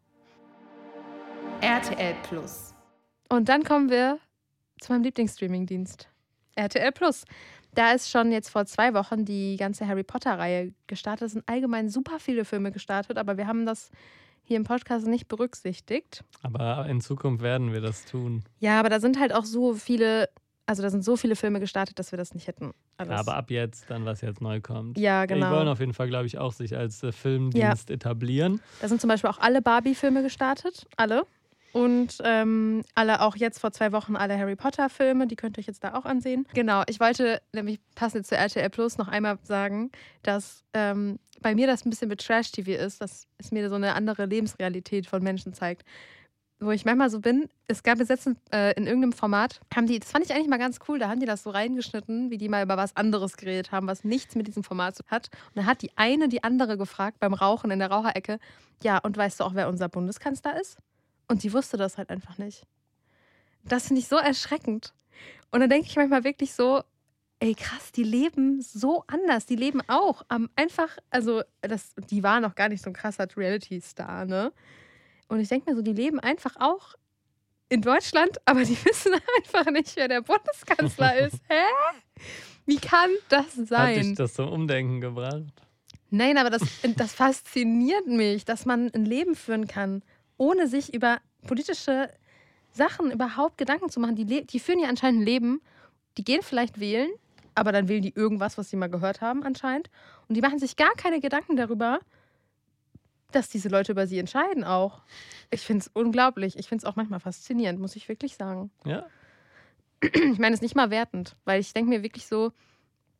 RTL Plus. Und dann kommen wir zu meinem Lieblingsstreamingdienst. RTL Plus. Da ist schon jetzt vor 2 Wochen die ganze Harry Potter-Reihe gestartet. Es sind allgemein super viele Filme gestartet, aber wir haben das hier im Podcast nicht berücksichtigt. Aber in Zukunft werden wir das tun. Ja, aber da sind halt auch so viele Filme gestartet, dass wir das nicht hätten. Ja, aber ab jetzt, dann was jetzt neu kommt. Ja, genau. Die wollen auf jeden Fall, glaube ich, auch sich als Filmdienst etablieren. Da sind zum Beispiel auch alle Barbie-Filme gestartet. Alle. Und alle auch jetzt vor 2 Wochen alle Harry Potter-Filme, die könnt ihr euch jetzt da auch ansehen. Genau, ich wollte nämlich passend zu RTL Plus noch einmal sagen, dass bei mir das ein bisschen mit Trash-TV ist, dass es mir so eine andere Lebensrealität von Menschen zeigt. Wo ich manchmal so bin, es gab jetzt letztens in irgendeinem Format, das fand ich eigentlich mal ganz cool, da haben die das so reingeschnitten, wie die mal über was anderes geredet haben, was nichts mit diesem Format zu tun hat. Und dann hat die eine die andere gefragt beim Rauchen in der Raucherecke, ja, und weißt du auch, wer unser Bundeskanzler ist? Und die wusste das halt einfach nicht. Das finde ich so erschreckend. Und dann denke ich manchmal wirklich so, ey krass, die leben so anders. Die leben auch die war noch gar nicht so ein krasser Reality-Star, ne? Und ich denke mir so, die leben einfach auch in Deutschland, aber die wissen einfach nicht, wer der Bundeskanzler ist. Hä? Wie kann das sein? Hat dich das zum Umdenken gebracht? Nein, aber das fasziniert mich, dass man ein Leben führen kann, ohne sich über politische Sachen überhaupt Gedanken zu machen. Die führen ja anscheinend ein Leben, die gehen vielleicht wählen, aber dann wählen die irgendwas, was sie mal gehört haben anscheinend. Und die machen sich gar keine Gedanken darüber, dass diese Leute über sie entscheiden auch. Ich finde es unglaublich. Ich finde es auch manchmal faszinierend, muss ich wirklich sagen. Ja. Ich meine es nicht mal wertend, weil ich denke mir wirklich so,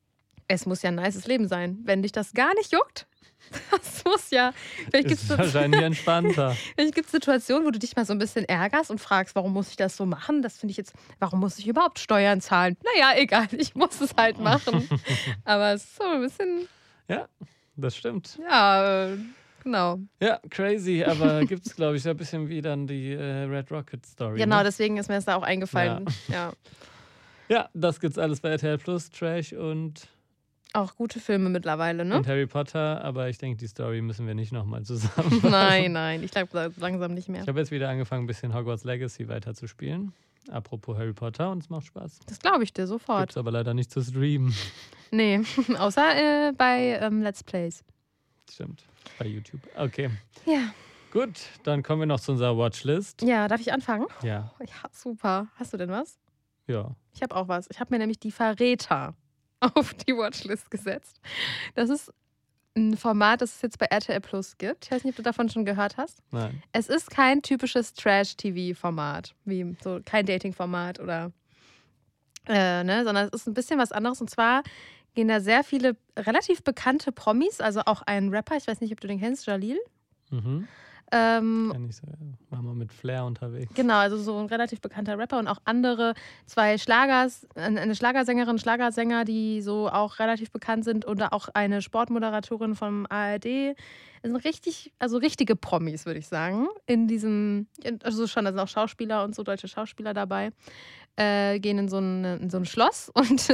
Es muss ja ein nices Leben sein. Wenn dich das gar nicht juckt, das muss ja. Ist wahrscheinlich entspannter. Vielleicht gibt es Situationen, wo du dich mal so ein bisschen ärgerst und fragst, warum muss ich das so machen? Das finde ich jetzt, warum muss ich überhaupt Steuern zahlen? Naja, egal, ich muss es halt machen. Aber es ist so ein bisschen. Ja, das stimmt. Ja, genau. Ja, crazy, aber gibt es, glaube ich, ein bisschen wie dann die Red Rocket Story. Genau, ne? deswegen ist mir das da auch eingefallen. Ja. Ja, das gibt's alles bei RTL Plus, Trash und Auch gute Filme mittlerweile, ne? Harry Potter, aber ich denke, die Story müssen wir nicht nochmal zusammen. Nein, ich glaube langsam nicht mehr. Ich habe jetzt wieder angefangen, ein bisschen Hogwarts Legacy weiterzuspielen. Apropos Harry Potter, und es macht Spaß. Das glaube ich dir sofort. Gibt's aber leider nicht zu streamen. Nee, außer bei Let's Plays. Stimmt, bei YouTube. Okay, Ja. gut, dann kommen wir noch zu unserer Watchlist. Ja, darf ich anfangen? Ja, Ja, super. Hast du denn was? ja. Ich habe auch was. Ich habe mir nämlich die Verräter auf die Watchlist gesetzt. Das ist ein Format, das es jetzt bei RTL Plus gibt. Ich weiß nicht, ob du davon schon gehört hast. Nein. Es ist kein typisches Trash-TV-Format, wie so kein Dating-Format oder sondern es ist ein bisschen was anderes. Und zwar gehen da sehr viele relativ bekannte Promis, also auch ein Rapper, ich weiß nicht, ob du den kennst, Jalil. Mhm. Ähm, Ich so, war mal mit Flair unterwegs. Genau, also so ein relativ bekannter Rapper und auch andere zwei eine Schlagersängerin, Schlagersänger, die so auch relativ bekannt sind und auch eine Sportmoderatorin vom ARD. Das sind richtige Promis, würde ich sagen. Also schon, da sind auch Schauspieler und so, deutsche Schauspieler dabei, gehen in so ein Schloss und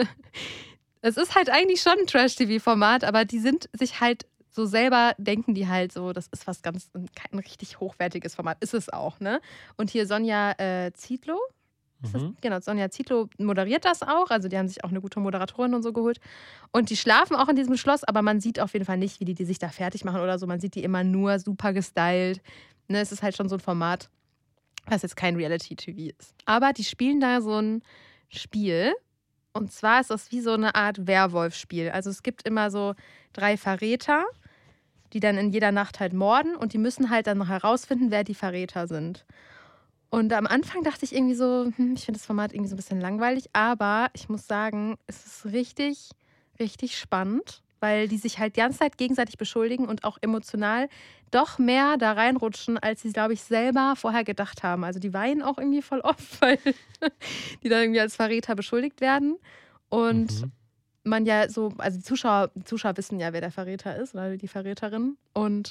es ist halt eigentlich schon ein Trash-TV-Format, aber die sind sich halt so selber denken die halt so, das ist kein richtig hochwertiges Format. Ist es auch, ne? Und hier Sonja Zietlow, genau, Sonja Zietlow moderiert das auch. Also die haben sich auch eine gute Moderatorin und so geholt. Und die schlafen auch in diesem Schloss, aber man sieht auf jeden Fall nicht, wie die sich da fertig machen oder so. Man sieht die immer nur super gestylt. Ne? Es ist halt schon so ein Format, was jetzt kein Reality-TV ist. Aber die spielen da so ein Spiel. Und zwar ist das wie so eine Art Werwolf-Spiel. Also es gibt immer so 3 Verräter, die dann in jeder Nacht halt morden und die müssen halt dann noch herausfinden, wer die Verräter sind. Und am Anfang dachte ich irgendwie so, ich finde das Format irgendwie so ein bisschen langweilig, aber ich muss sagen, es ist richtig, richtig spannend, weil die sich halt die ganze Zeit gegenseitig beschuldigen und auch emotional doch mehr da reinrutschen, als sie, glaube ich, selber vorher gedacht haben. Also die weinen auch irgendwie voll oft, weil die da irgendwie als Verräter beschuldigt werden. Und man ja so, also die Zuschauer wissen ja, wer der Verräter ist oder die Verräterin. Und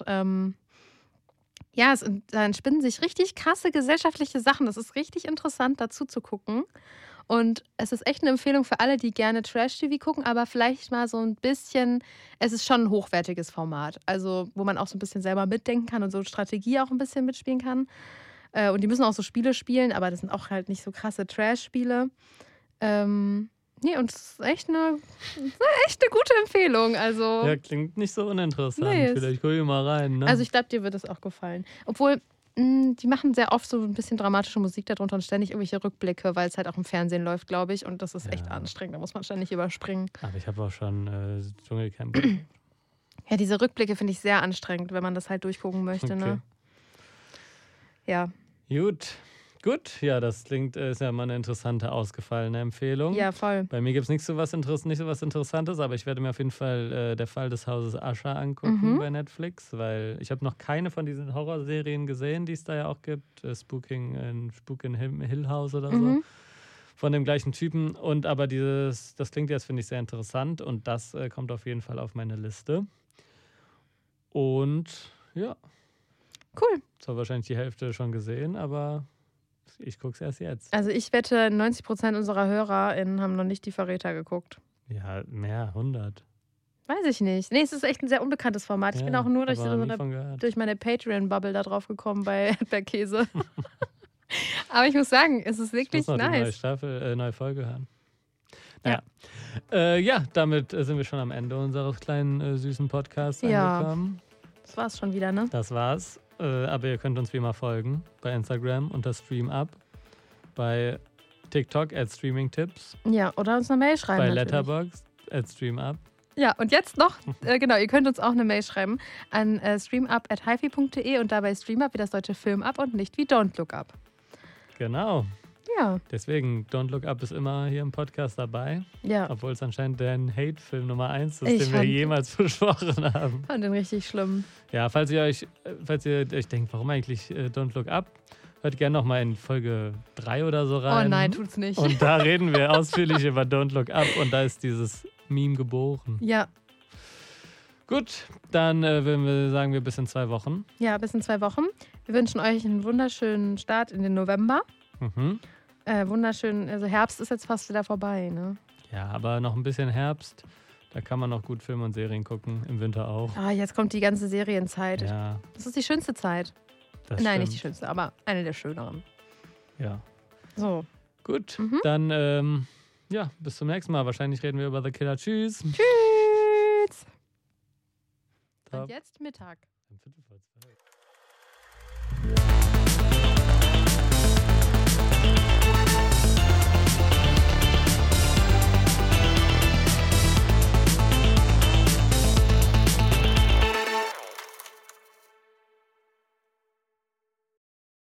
ja, da entspinnen sich richtig krasse gesellschaftliche Sachen. Das ist richtig interessant, dazu zu gucken. Und es ist echt eine Empfehlung für alle, die gerne Trash-TV gucken, aber vielleicht mal so ein bisschen, es ist schon ein hochwertiges Format. Also, wo man auch so ein bisschen selber mitdenken kann und so Strategie auch ein bisschen mitspielen kann. Und die müssen auch so Spiele spielen, aber das sind auch halt nicht so krasse Trash-Spiele. Nee, und es ist echt eine gute Empfehlung. Also, Ja, klingt nicht so uninteressant. Nee, Vielleicht gucke ich mal rein. Ne? also ich glaube, dir wird es auch gefallen. Obwohl, die machen sehr oft so ein bisschen dramatische Musik darunter und ständig irgendwelche Rückblicke, weil es halt auch im Fernsehen läuft, glaube ich. Und das ist echt anstrengend. Da muss man ständig überspringen. Aber ich habe auch schon Dschungelcamp. Ja, diese Rückblicke finde ich sehr anstrengend, wenn man das halt durchgucken möchte. Okay. Ne? Ja. Gut, ja, das klingt, ist ja mal eine interessante, ausgefallene Empfehlung. Ja, voll. Bei mir gibt es nicht so was Interessantes, aber ich werde mir auf jeden Fall der Fall des Hauses Usher angucken bei Netflix, weil ich habe noch keine von diesen Horrorserien gesehen, die es da ja auch gibt. Spuk in Hill House oder so. Von dem gleichen Typen. Und aber das klingt jetzt, finde ich, sehr interessant und das kommt auf jeden Fall auf meine Liste. Und ja. Cool. Zwar wahrscheinlich die Hälfte schon gesehen, aber ich gucke es erst jetzt. Also ich wette, 90% unserer HörerInnen haben noch nicht die Verräter geguckt. Ja, mehr, 100. Weiß ich nicht. Nee, es ist echt ein sehr unbekanntes Format. Ich bin auch nur durch meine Patreon-Bubble da drauf gekommen bei Erdbeerkäse. Aber ich muss sagen, es ist wirklich nice. Neue Folge hören. Naja. Damit sind wir schon am Ende unseres kleinen süßen Podcasts angekommen. Das war's schon wieder, ne? Das war's. Aber ihr könnt uns wie immer folgen bei Instagram unter StreamUp, bei TikTok @StreamingTips, ja, oder uns eine Mail schreiben. bei natürlich. Letterboxd @StreamUp. Ja, und jetzt noch, genau, ihr könnt uns auch eine Mail schreiben an streamup@hifi.de und dabei StreamUp wie das deutsche Film ab und nicht wie Don't Look Up. Genau. Ja, Deswegen, Don't Look Up ist immer hier im Podcast dabei. ja. Obwohl es anscheinend der Hate-Film Nummer 1 ist, Ich den wir fand- jemals besprochen haben. Fand den richtig schlimm. Ja, falls ihr euch denkt, warum eigentlich Don't Look Up, hört gerne nochmal in Folge 3 oder so rein. Oh nein, tut's nicht. Und da reden wir ausführlich über Don't Look Up und da ist dieses Meme geboren. Ja, Gut, dann würden wir sagen, wir bis in 2 Wochen. ja, bis in 2 Wochen. Wir wünschen euch einen wunderschönen Start in den November. Mhm. Wunderschön, also Herbst ist jetzt fast wieder vorbei, ne? Ja, aber noch ein bisschen Herbst. Da kann man noch gut Filme und Serien gucken. Im Winter auch. Ah, jetzt kommt die ganze Serienzeit. Ja, Das ist die schönste Zeit. das Nein, nicht die stimmt. schönste, aber eine der schöneren. Ja. So. Gut, Mhm. dann ja, bis zum nächsten Mal. Wahrscheinlich reden wir über The Killer. Tschüss. Tschüss. Top. Und jetzt Mittag. Um 1:45.